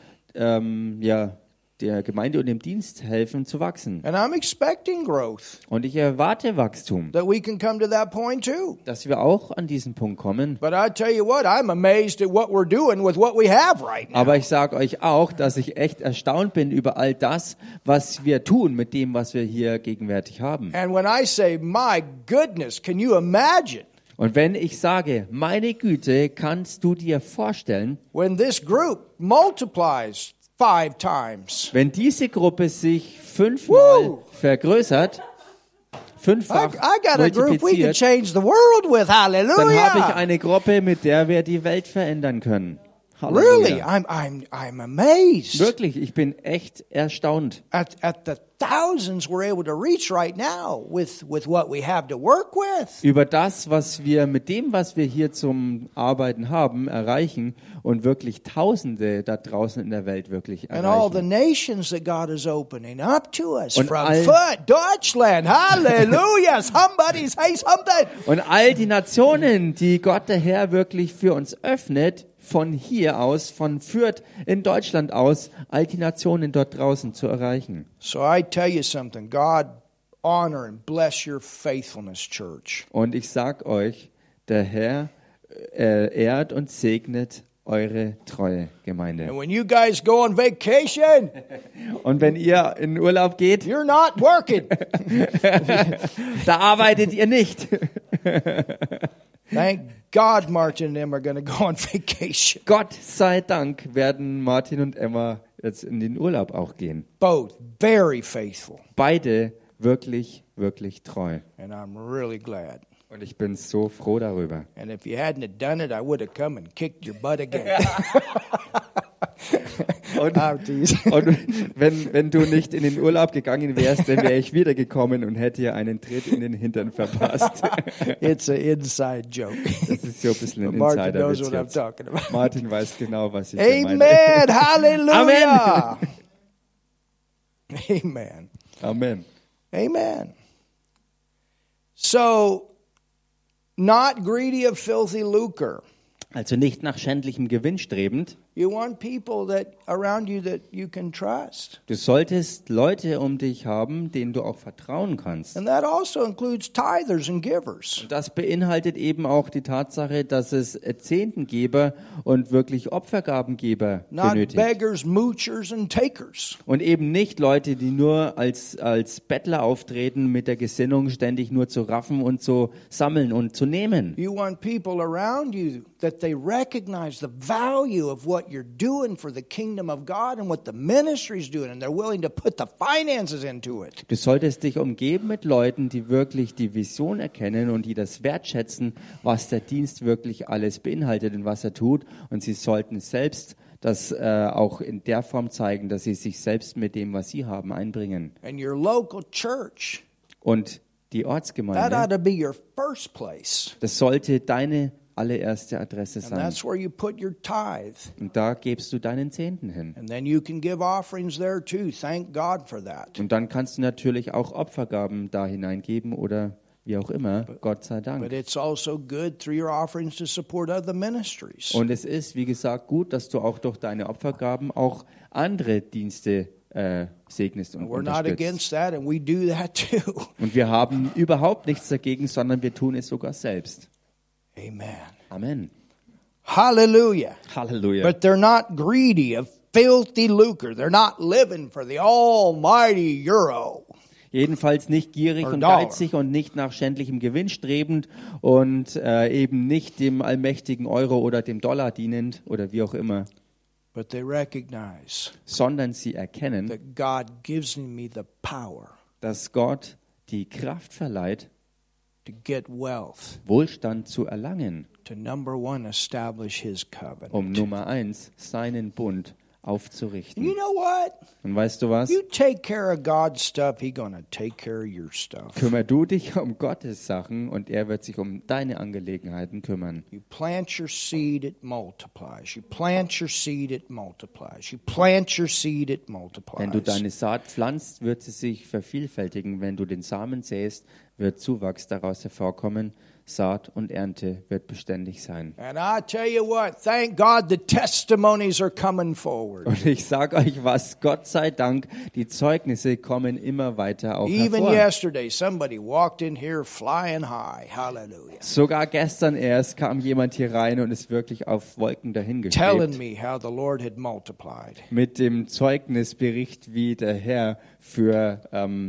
der Gemeinde und dem Dienst helfen zu wachsen. And I'm expecting growth, Und ich erwarte Wachstum, that we can come to that point too. dass wir auch an diesen Punkt kommen. But I tell you what, I'm amazed at what we're doing with what we have right now. Aber ich sage euch auch, dass ich echt erstaunt bin über all das, was wir tun mit dem, was wir hier gegenwärtig haben. And when I say, my goodness, can you imagine Und wenn ich sage, meine Güte, kannst du dir vorstellen, when this group multiplies 5 times? wenn diese Gruppe sich 5-mal Woo! vergrößert, I 5-fach got a group we can multipliziert, change the world with. dann habe ich Hallelujah. eine Gruppe, mit der wir die Welt verändern können. Really, Halleluja. I'm amazed Wirklich, ich bin echt erstaunt. at the thousands we're able to reach right now with what we have to work with. Über das, was wir mit dem, was wir hier zum Arbeiten haben, erreichen und wirklich Tausende da draußen in der Welt wirklich And all the erreichen. nations that God is opening up to us Und from all- foot, Deutschland, hallelujah, somebody say something. Und all die Nationen, die Gott der Herr wirklich für uns öffnet, von hier aus, von Fürth in Deutschland aus, all die Nationen dort draußen zu erreichen. So I tell you something, God honor and bless your faithfulness, church. Und ich sag euch, der Herr ehrt und segnet eure treue Gemeinde. And when you guys go on vacation, Und wenn ihr in Urlaub geht, you're not working. da arbeitet ihr nicht. Thank God Martin and them are going to go on vacation. Gott sei Dank werden Martin und Emma jetzt in den Urlaub auch gehen. Both very faithful. Beide wirklich, wirklich treu. And I'm really glad. Und ich bin so froh darüber. And if you hadn't have done it, I would have come and kicked your butt again. Und, I'm teasing. und wenn du nicht in den Urlaub gegangen wärst, dann wäre ich wiedergekommen und hätte dir einen Tritt in den Hintern verpasst. It's an inside joke. Das ist so ein bisschen ein Martin knows Insiderwitz what I'm jetzt. talking about. Martin weiß genau, was ich Amen. meine. Hallelujah. Amen. Amen. Amen. So, not greedy of filthy lucre. Also nicht nach schändlichem Gewinn strebend. You want people that around you that you can trust. Du solltest Leute um dich haben, denen du auch vertrauen kannst. And that also includes tithers and givers. Das beinhaltet eben auch die Tatsache, dass es Zehntengeber und wirklich Opfergabengeber Not benötigt. beggars, moochers, and takers. Und eben nicht Leute, die nur als Bettler auftreten mit der Gesinnung, ständig nur zu raffen und zu sammeln und zu nehmen. You want people around you that they recognize the value of what you're doing for the kingdom of God and what the ministry's doing, and they're willing to put the finances into it. Du solltest dich umgeben mit Leuten, die wirklich die Vision erkennen und die das wertschätzen, was der Dienst wirklich alles beinhaltet und was er tut. Und sie sollten selbst das auch in der Form zeigen, dass sie sich selbst mit dem, was sie haben, einbringen. And your local church Und die That ought Ortsgemeinde. to be your first place. Das sollte deine allererste Adresse And sein. that's where you put your tithe. Und da gibst du deinen Zehnten hin. And then you can give offerings there too. Thank God for that. Und dann kannst du natürlich auch Opfergaben da hineingeben oder wie auch immer, Gott sei But Dank. it's also good through your offerings to support other ministries. Und es ist, wie gesagt, gut, dass du auch durch deine Opfergaben auch andere Dienste segnest und We're not unterstützt. against that, and we do that too. Und wir haben überhaupt nichts dagegen, sondern wir tun es sogar selbst. Amen. Amen. Hallelujah. Halleluja. But they're not greedy of filthy lucre. They're not living for the almighty euro. Jedenfalls nicht gierig Or und dollar. geizig und nicht nach schändlichem Gewinn strebend und eben nicht dem allmächtigen Euro oder dem Dollar dienend oder wie auch immer, But they recognize sondern sie erkennen, that God gives me the power dass Gott die Kraft verleiht, to get wealth, Wohlstand zu erlangen, to number one, establish his covenant. um Nummer 1 seinen Bund And aufzurichten. you know what? Und weißt du was? You take care of God's stuff, he's going to take care of your stuff. Kümmer du dich um Gottes Sachen und er wird sich um deine Angelegenheiten kümmern. You plant your seed, it multiplies. You plant your seed, it multiplies. You plant your seed, it multiplies. Wenn du deine Saat pflanzt, wird sie sich vervielfältigen. Wenn du den Samen säst, wird Zuwachs daraus hervorkommen. Saat und Ernte wird beständig sein. And I tell you what, thank God the testimonies are coming forward. Und ich sage euch was, Gott sei Dank, die Zeugnisse kommen immer weiter auch Even hervor. yesterday, somebody walked in here flying high. Hallelujah. Sogar gestern erst kam jemand hier rein und ist wirklich auf Wolken Telling dahingeschwebt. me how the Lord had multiplied. Mit dem Zeugnisbericht, wie der Herr für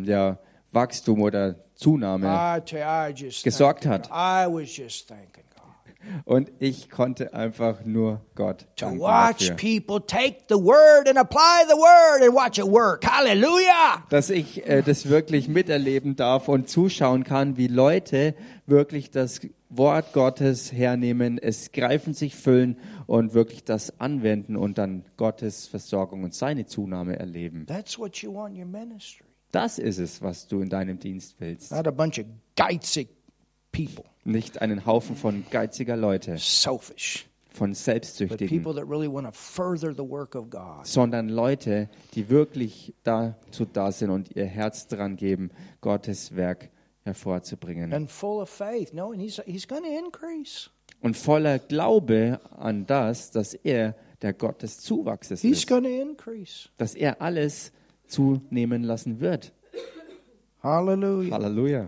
Wachstum oder Zunahme. I tell you, I just Gesorgt thanked hat. God. I was just thanking God. Und ich konnte einfach nur Gott To danken watch dafür. people take the word and apply the word and watch it work. Hallelujah. Dass ich das wirklich miterleben darf und zuschauen kann, wie Leute wirklich das Wort Gottes hernehmen, es greifen, sich füllen und wirklich das anwenden und dann Gottes Versorgung und seine Zunahme erleben. That's what you want in your ministry. Das ist es, was du in deinem Dienst willst. Not a bunch of geizig people, Nicht einen Haufen von geiziger Leute, selfish, von but Selbstsüchtigen, people that really want to further the work of God. sondern Leute, die wirklich dazu da sind und ihr Herz dran geben, Gottes Werk hervorzubringen. And full of faith, knowing he's going to increase. Und voller Glaube an das, dass er der Gott des Zuwachses He's ist, going to increase. dass er alles zunehmen lassen wird. Hallelujah. Halleluja.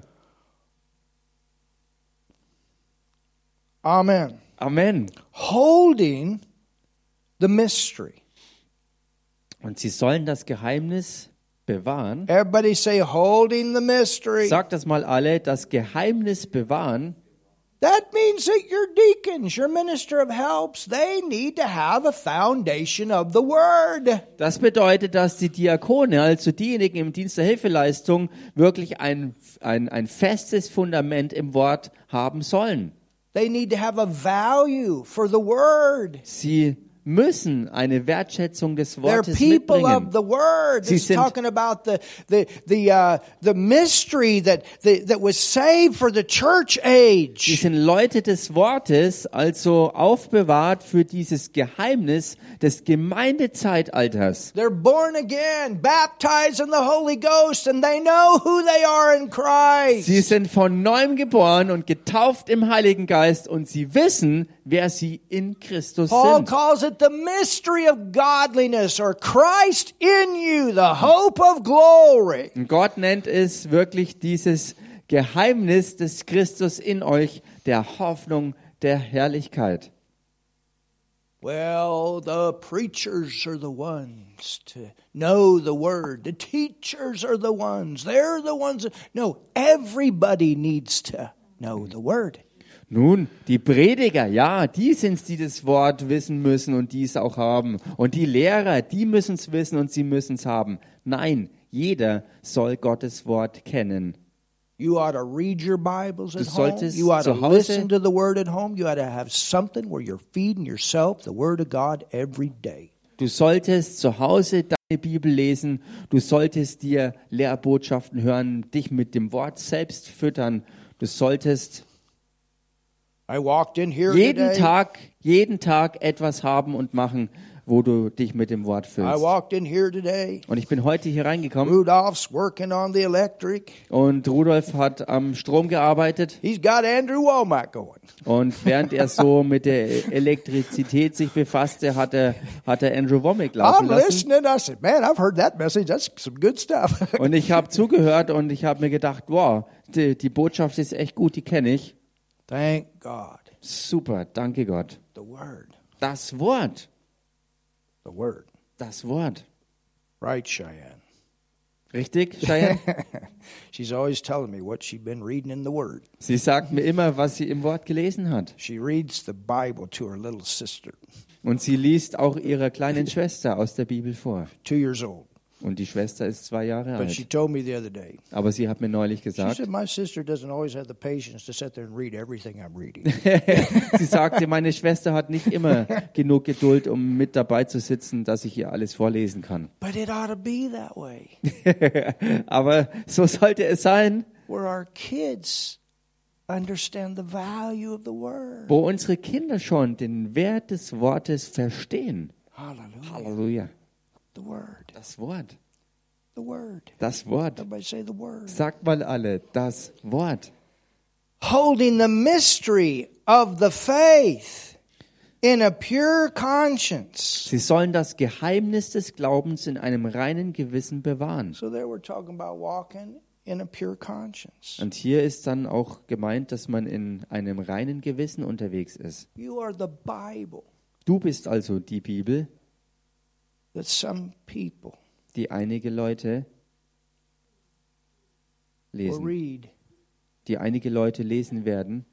Amen. Amen. Holding the mystery. Und sie sollen das Geheimnis bewahren. Everybody say, holding the mystery. Sagt das mal alle, das Geheimnis bewahren. That means that your deacons, your minister of helps, they need to have a foundation of the word. Das bedeutet, dass die Diakone, also diejenigen im Dienst der Hilfeleistung, wirklich ein festes Fundament im Wort haben sollen. They need to have a value for the word. Sie müssen eine Wertschätzung des They're Wortes people mitbringen. of the word. Sie It's sind- talking about the mystery that was saved for the church Sie age. sind Leute des Wortes, also aufbewahrt für dieses Geheimnis des Gemeindezeitalters. They're born again, baptized in the Holy Ghost, and they know who they are in Christ. Sie sind von neuem geboren und getauft im Heiligen Geist und sie wissen, wer sie in Christus Paul sind. calls it the mystery of godliness, or Christ in you, the hope of glory. Und Gott nennt es wirklich dieses Geheimnis des Christus in euch, der Hoffnung der Herrlichkeit. Well, the preachers are the ones to know the word. The teachers are the ones. They're the ones. No, everybody needs to know the word. Nun, die Prediger, ja, die sind's, die das Wort wissen müssen und dies auch haben. Und die Lehrer, die müssen es wissen und sie müssen es haben. Nein, jeder soll Gottes Wort kennen. You ought to read your Bibles at Du home. solltest You ought to zu Hause- listen to the word at home. You ought to have something where you're feeding yourself the word of God every day. Du solltest zu Hause deine Bibel lesen. Du solltest dir Lehrbotschaften hören, dich mit dem Wort selbst füttern. Du solltest I walked in here jeden Tag etwas haben und machen, wo du dich mit dem Wort I füllst. walked in here today. Und ich bin heute hier reingekommen Rudolph's working on the electric. und Rudolf hat am Strom gearbeitet. He's got Andrew Womack going. Und während er so mit der Elektrizität sich befasste, hat er Andrew Womack laufen I'm lassen. listening. I said, man, I've heard that message. That's some good stuff. Und ich habe zugehört und ich habe mir gedacht, wow, die Botschaft ist echt gut, die kenne ich. Thank God. Super, danke Gott. The Word. Das Wort, The Word. das Wort. Right, Cheyenne. Richtig, Cheyenne? She's always telling me what she's been reading in the Word. Sie sagt mir immer, was sie im Wort gelesen hat. She reads the Bible to her little sister, Und sie liest auch ihrer kleinen Schwester aus der Bibel vor. 2 years old. Und die Schwester ist 2 Jahre But she alt. told me the other day, Aber sie hat mir neulich she gesagt, said, my sister doesn't always have the patience to sit there and read everything I'm reading. sie sagte, meine Schwester hat nicht immer genug Geduld, um mit dabei zu sitzen, dass ich ihr alles vorlesen kann. But it ought to be that way, Aber so sollte es sein, where our kids understand the value of the Word. wo unsere Kinder schon den Wert des Wortes verstehen. Hallelujah. Halleluja. The Word. Das Wort. The Word. Das Wort. Everybody say the Word. Sagt mal alle, das Wort. Holding the mystery of the faith in a pure conscience. Sie sollen das Geheimnis des Glaubens in einem reinen Gewissen bewahren. So there we're talking about walking in a pure conscience. Und hier ist dann auch gemeint, dass man in einem reinen Gewissen unterwegs ist. You are the Bible Du bist also die Bibel, that some people die einige Leute will lesen, read, die einige Leute lesen werden,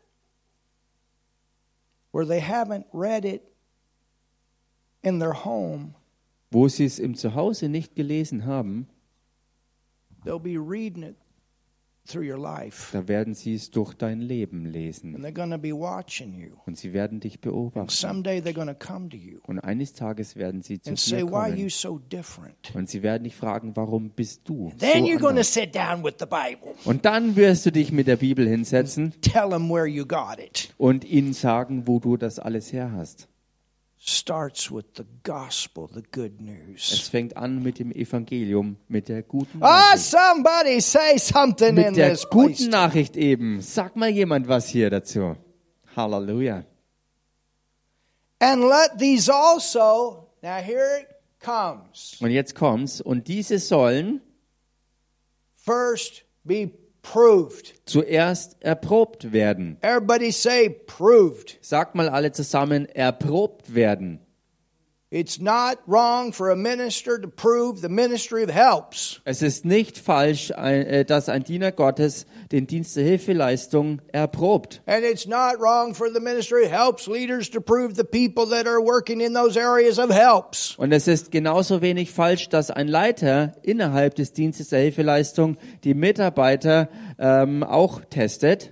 where they haven't read it in their home. wo sie es im Zuhause nicht gelesen haben, They'll be reading it through your life. da werden sie es durch dein Leben And lesen. they're going to be watching you. Und sie werden dich And beobachten. someday they're going to come to you Und eines Tages werden sie zu and dir say, why are you kommen. so different? Und sie werden dich fragen, warum bist du Then you're so going to anders? sit down with the Bible. Und dann wirst du dich mit der Bibel hinsetzen Tell them where you got it. und ihnen sagen, wo du das alles her hast. Starts with the gospel, the good Es news. fängt an mit dem Evangelium, mit der guten Ah, Nachricht. somebody say something in Mit der this place. guten Nachricht eben. Sag mal jemand was hier dazu. Halleluja. And let these also, now here it comes, Und jetzt kommt's. Und diese sollen first be proved. zuerst erprobt werden. Everybody say proved. Sagt mal alle zusammen, erprobt werden. It's not wrong for a minister to prove the ministry of helps. Es ist nicht falsch, dass ein Diener Gottes den Dienst der Hilfeleistung erprobt. And it's not wrong for the ministry of helps leaders to prove the people that are working in those areas of helps. Und es ist genauso wenig falsch, dass ein Leiter innerhalb des Dienstes der Hilfeleistung die Mitarbeiter auch testet.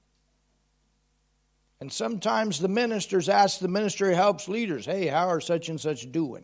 And sometimes the ministers ask the ministry of helps leaders, hey, how are such and such doing?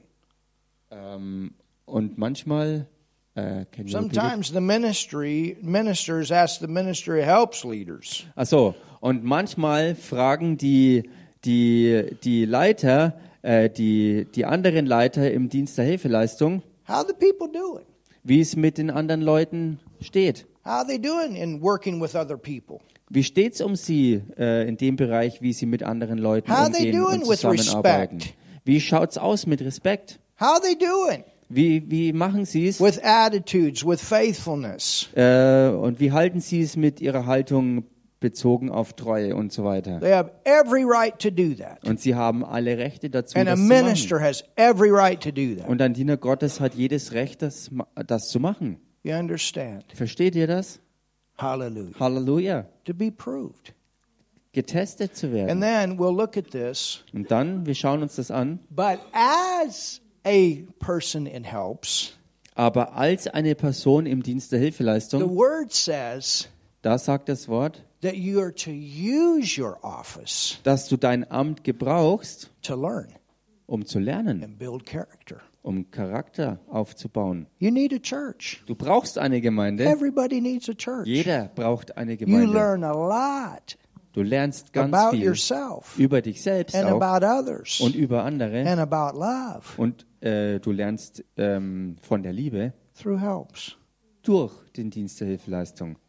Und manchmal, can you repeat it? Sometimes the ministers ask the ministry of helps leaders, Ach so, und manchmal fragen die Leiter, die anderen Leiter im Dienst der Hilfeleistung, how the people doing? wie es mit den anderen Leuten steht. How are they doing in working with other people? Wie steht's um sie in dem Bereich, wie sie mit anderen Leuten How are they umgehen und doing with zusammenarbeiten? respect? Wie schaut's aus mit Respekt? How are they doing Wie machen sie es? with attitudes, with faithfulness? Und wie halten sie es mit ihrer Haltung bezogen auf Treue und so weiter? They have every right to do that. Und sie haben alle Rechte dazu, And a das zu machen. minister has every right to do that. Und ein Diener Gottes hat jedes Recht, das zu machen. You understand? Versteht ihr das? Hallelujah. Halleluja. To be proved. Getestet zu And werden. then we'll look at this. Und dann, wir schauen uns das an. But as a person in helps, Aber als eine Person im Dienst der the Hilfeleistung, word says da sagt das Wort, that you are to use your office dass du dein Amt gebrauchst, to learn. um zu lernen, and build character. um Charakter aufzubauen. You need a church. Du brauchst eine Gemeinde. Everybody needs a church. Jeder braucht eine You Gemeinde. learn a lot Du lernst ganz about viel yourself über dich selbst and auch about others und über andere. and about love Und du lernst von der Liebe through helps. durch den Dienst der Hilfeleistung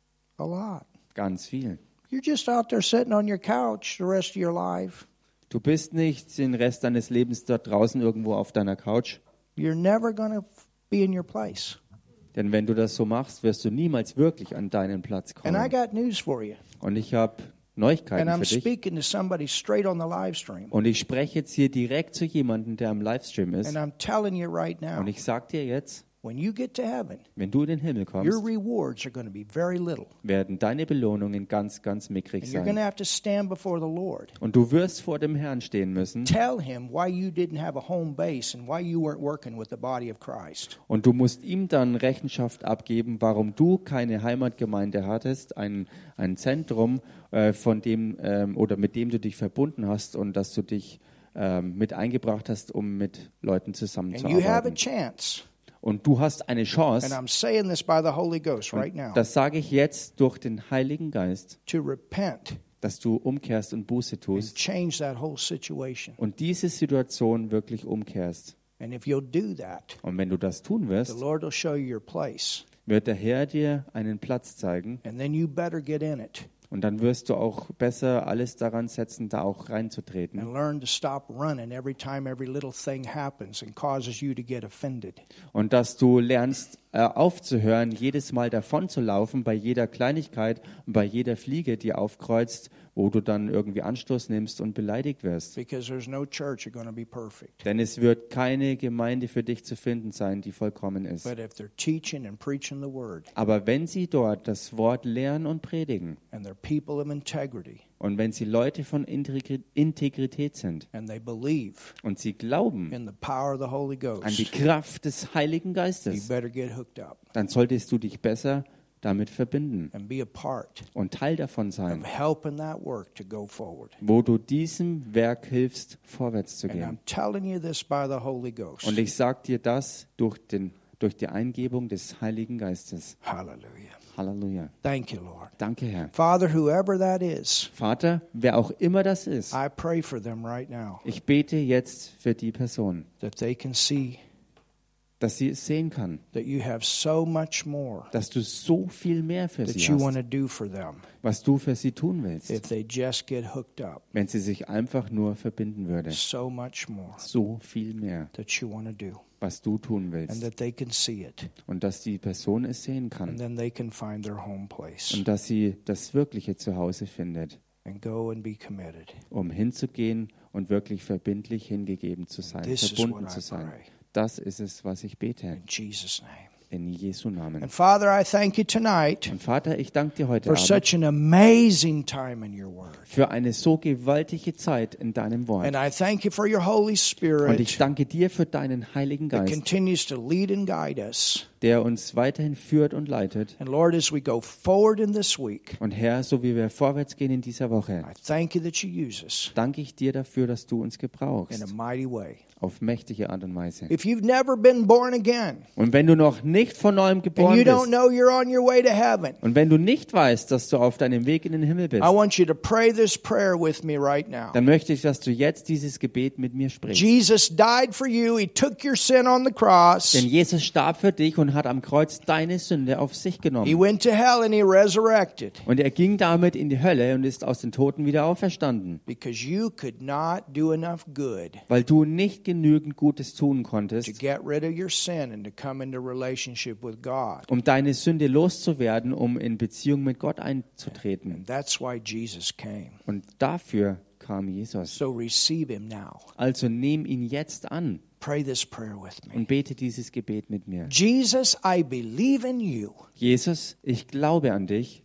A lot. ganz viel. You're just out there sitting on your couch the rest of your life. Du bist nicht den Rest deines Lebens dort draußen irgendwo auf deiner Couch. You're never going to be in your place. Denn wenn du das so machst, wirst du niemals wirklich an deinen Platz And I kommen. got news for you. Und ich habe And Neuigkeiten I'm für dich. speaking to somebody straight on the live stream. Und ich spreche jetzt hier direkt zu jemandem, der am Livestream ist. And I'm telling you right now, Und ich sag dir jetzt, when you get to heaven, wenn du in den Himmel your kommst, rewards are going to be very little. werden deine Belohnungen ganz, ganz mickrig And you're going sein. to have to stand before the Lord. Und du wirst vor dem Herrn stehen müssen. Tell him why you didn't have a home base and why you weren't working with the body of Christ. Und du musst ihm dann Rechenschaft abgeben, warum du keine Heimatgemeinde hattest, ein Zentrum, von dem oder mit dem du dich verbunden hast und dass du dich mit eingebracht hast, um mit Leuten And you have a zusammenzuarbeiten. chance. Und du hast eine And Chance, I'm saying this by the Holy Ghost right now, das sage ich jetzt durch den Heiligen Geist, to repent dass du umkehrst und Buße and tust change that whole situation. und diese Situation wirklich umkehrst. And if you'll do that, Und wenn du das tun the wirst, Lord will show you your place. wird der Herr dir einen Platz zeigen And then you better get in it und dann wirst du auch besser alles daran setzen, da auch reinzutreten. and learn to stop running every time every little thing happens and causes you to get offended. Und dass du lernst aufzuhören, jedes Mal davon zu laufen, bei jeder Kleinigkeit und bei jeder Fliege, die aufkreuzt, wo du dann irgendwie Anstoß nimmst und beleidigt wirst. Because there's no church that's going to be perfect. Denn es wird keine Gemeinde für dich zu finden sein, die vollkommen ist. But if they're teaching and preaching the word Aber wenn sie dort das Wort lehren und predigen and they're people of integrity und wenn sie Leute von Integrität sind and they believe und sie glauben in the power of the Holy an die Ghost, Kraft des Heiligen you Geistes, better get hooked up dann solltest du dich besser damit verbinden and be a part und Teil davon sein, of helping that work to go forward. wo du diesem Werk hilfst, vorwärts zu And I'm gehen. telling you this by the Holy Ghost. Und ich sage dir das durch die Eingebung des Heiligen Geistes. Hallelujah. Halleluja. Thank you, Lord. Danke, Herr. Father, whoever that is, Vater, wer auch immer das ist, I pray for them right now ich bete jetzt für die Person, that they can see dass sie es sehen kann, that you have so much more dass du so viel mehr für that sie you want hast, to do for them was du für sie tun willst, if they just get hooked up. wenn sie sich einfach nur verbinden würde. So much more So viel mehr, that you want to do, was du tun and willst. that they can see it, Und dass die Person es sehen and kann. then they can find their home place Und dass sie das wirkliche Zuhause findet, and go and be committed. um hinzugehen und wirklich verbindlich hingegeben zu sein, This is verbunden what I zu sein. pray. Das ist es, was ich bete. In Jesus' name. In Jesu Namen. And Father, I thank you tonight Und Vater, ich danke dir heute for Abend such an amazing time in your word. für eine so gewaltige Zeit in deinem Wort. And I thank you for your Holy Und ich Spirit danke dir für deinen Heiligen that Geist, continues to lead and guide us. der uns weiterhin führt und leitet. And Lord, as we go forward in this week, Und Herr, so wie wir vorwärts gehen in dieser Woche, I thank you that you use us danke ich dir dafür, dass du uns in gebrauchst, a mighty way. auf mächtige Art und Weise. If you've never been born again Und wenn du noch nicht von neuem and geboren you don't bist know you're on your way to heaven, und wenn du nicht weißt, dass du auf deinem Weg in den Himmel bist, I want you to pray this prayer with me right now. dann möchte ich, dass du jetzt dieses Gebet mit mir sprichst. Jesus died for you. He took your sin on the cross. Denn Jesus starb für dich und hat am Kreuz deine Sünde auf sich He genommen. went to hell and he resurrected Und er ging damit in die Hölle und ist aus den Toten wieder auferstanden, because you could not do enough good weil du nicht genügend Gutes tun to konntest, get rid of your sin and to come into relationship with God. um deine Sünde loszuwerden, um in Beziehung mit Gott einzutreten. And that's why Jesus came. Und dafür kam Jesus. So receive him now. Also nimm ihn jetzt an Pray this prayer with me. und bete dieses Gebet mit mir. Jesus, I believe in you. Jesus, ich glaube an dich.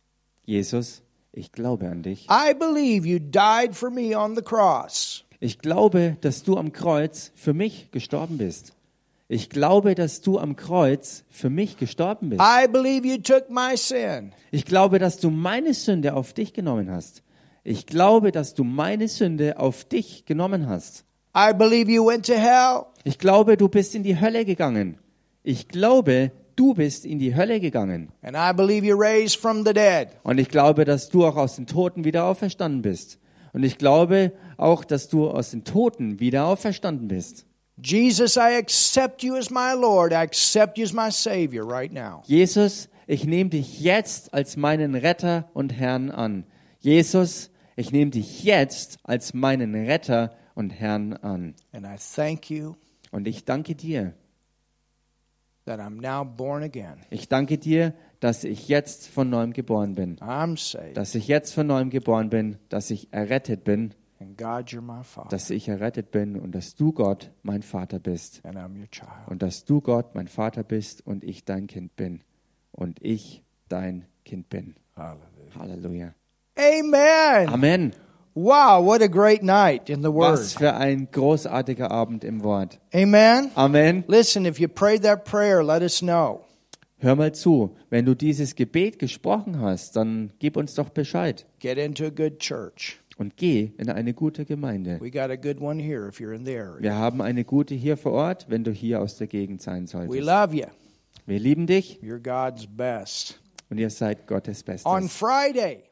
Jesus, ich glaube an dich. I believe you died for me on the cross. Ich glaube, dass du am Kreuz für mich gestorben bist. Ich glaube, dass du am Kreuz für mich gestorben bist. I believe you took my sin. Ich glaube, dass du meine Sünde auf dich genommen hast. Ich glaube, dass du meine Sünde auf dich genommen hast. I believe you went to hell. Ich glaube, du bist in die Hölle gegangen. Ich glaube, du bist in die Hölle gegangen. And I believe you raised from the dead. Und ich glaube, dass du auch aus den Toten wieder auferstanden bist. Und ich glaube auch, dass du aus den Toten wieder auferstanden bist. Jesus, I accept you as my Lord. I accept you as my Savior right now. Jesus, ich nehme dich jetzt als meinen Retter und Herrn an. Jesus, ich nehme dich jetzt als meinen Retter und Herrn an. And I thank you Und ich danke dir. that I'm now born again. Ich danke dir, dass ich jetzt von neuem geboren bin. I'm saved. Dass ich jetzt von neuem geboren bin, dass ich errettet bin, And God, you're my Father. dass ich errettet bin und dass du Gott mein Vater bist. And I'm your child. Und dass du Gott mein Vater bist und ich dein Kind bin. Und ich dein Kind bin. Hallelujah. Halleluja. Amen. Amen. Wow, what a great night in the Was Word. für ein großartiger Abend im Wort. Amen. Amen. Listen, if you prayed that prayer, let us know. Hör mal zu, wenn du dieses Gebet gesprochen hast, dann gib uns doch Bescheid Get into a good church. und geh in eine gute Gemeinde. We got a good one here if you're in the area. Wir haben eine gute hier vor Ort, wenn du hier aus der Gegend sein We solltest. love you. Wir lieben dich You're God's best. und ihr seid Gottes On Bestes. Friday,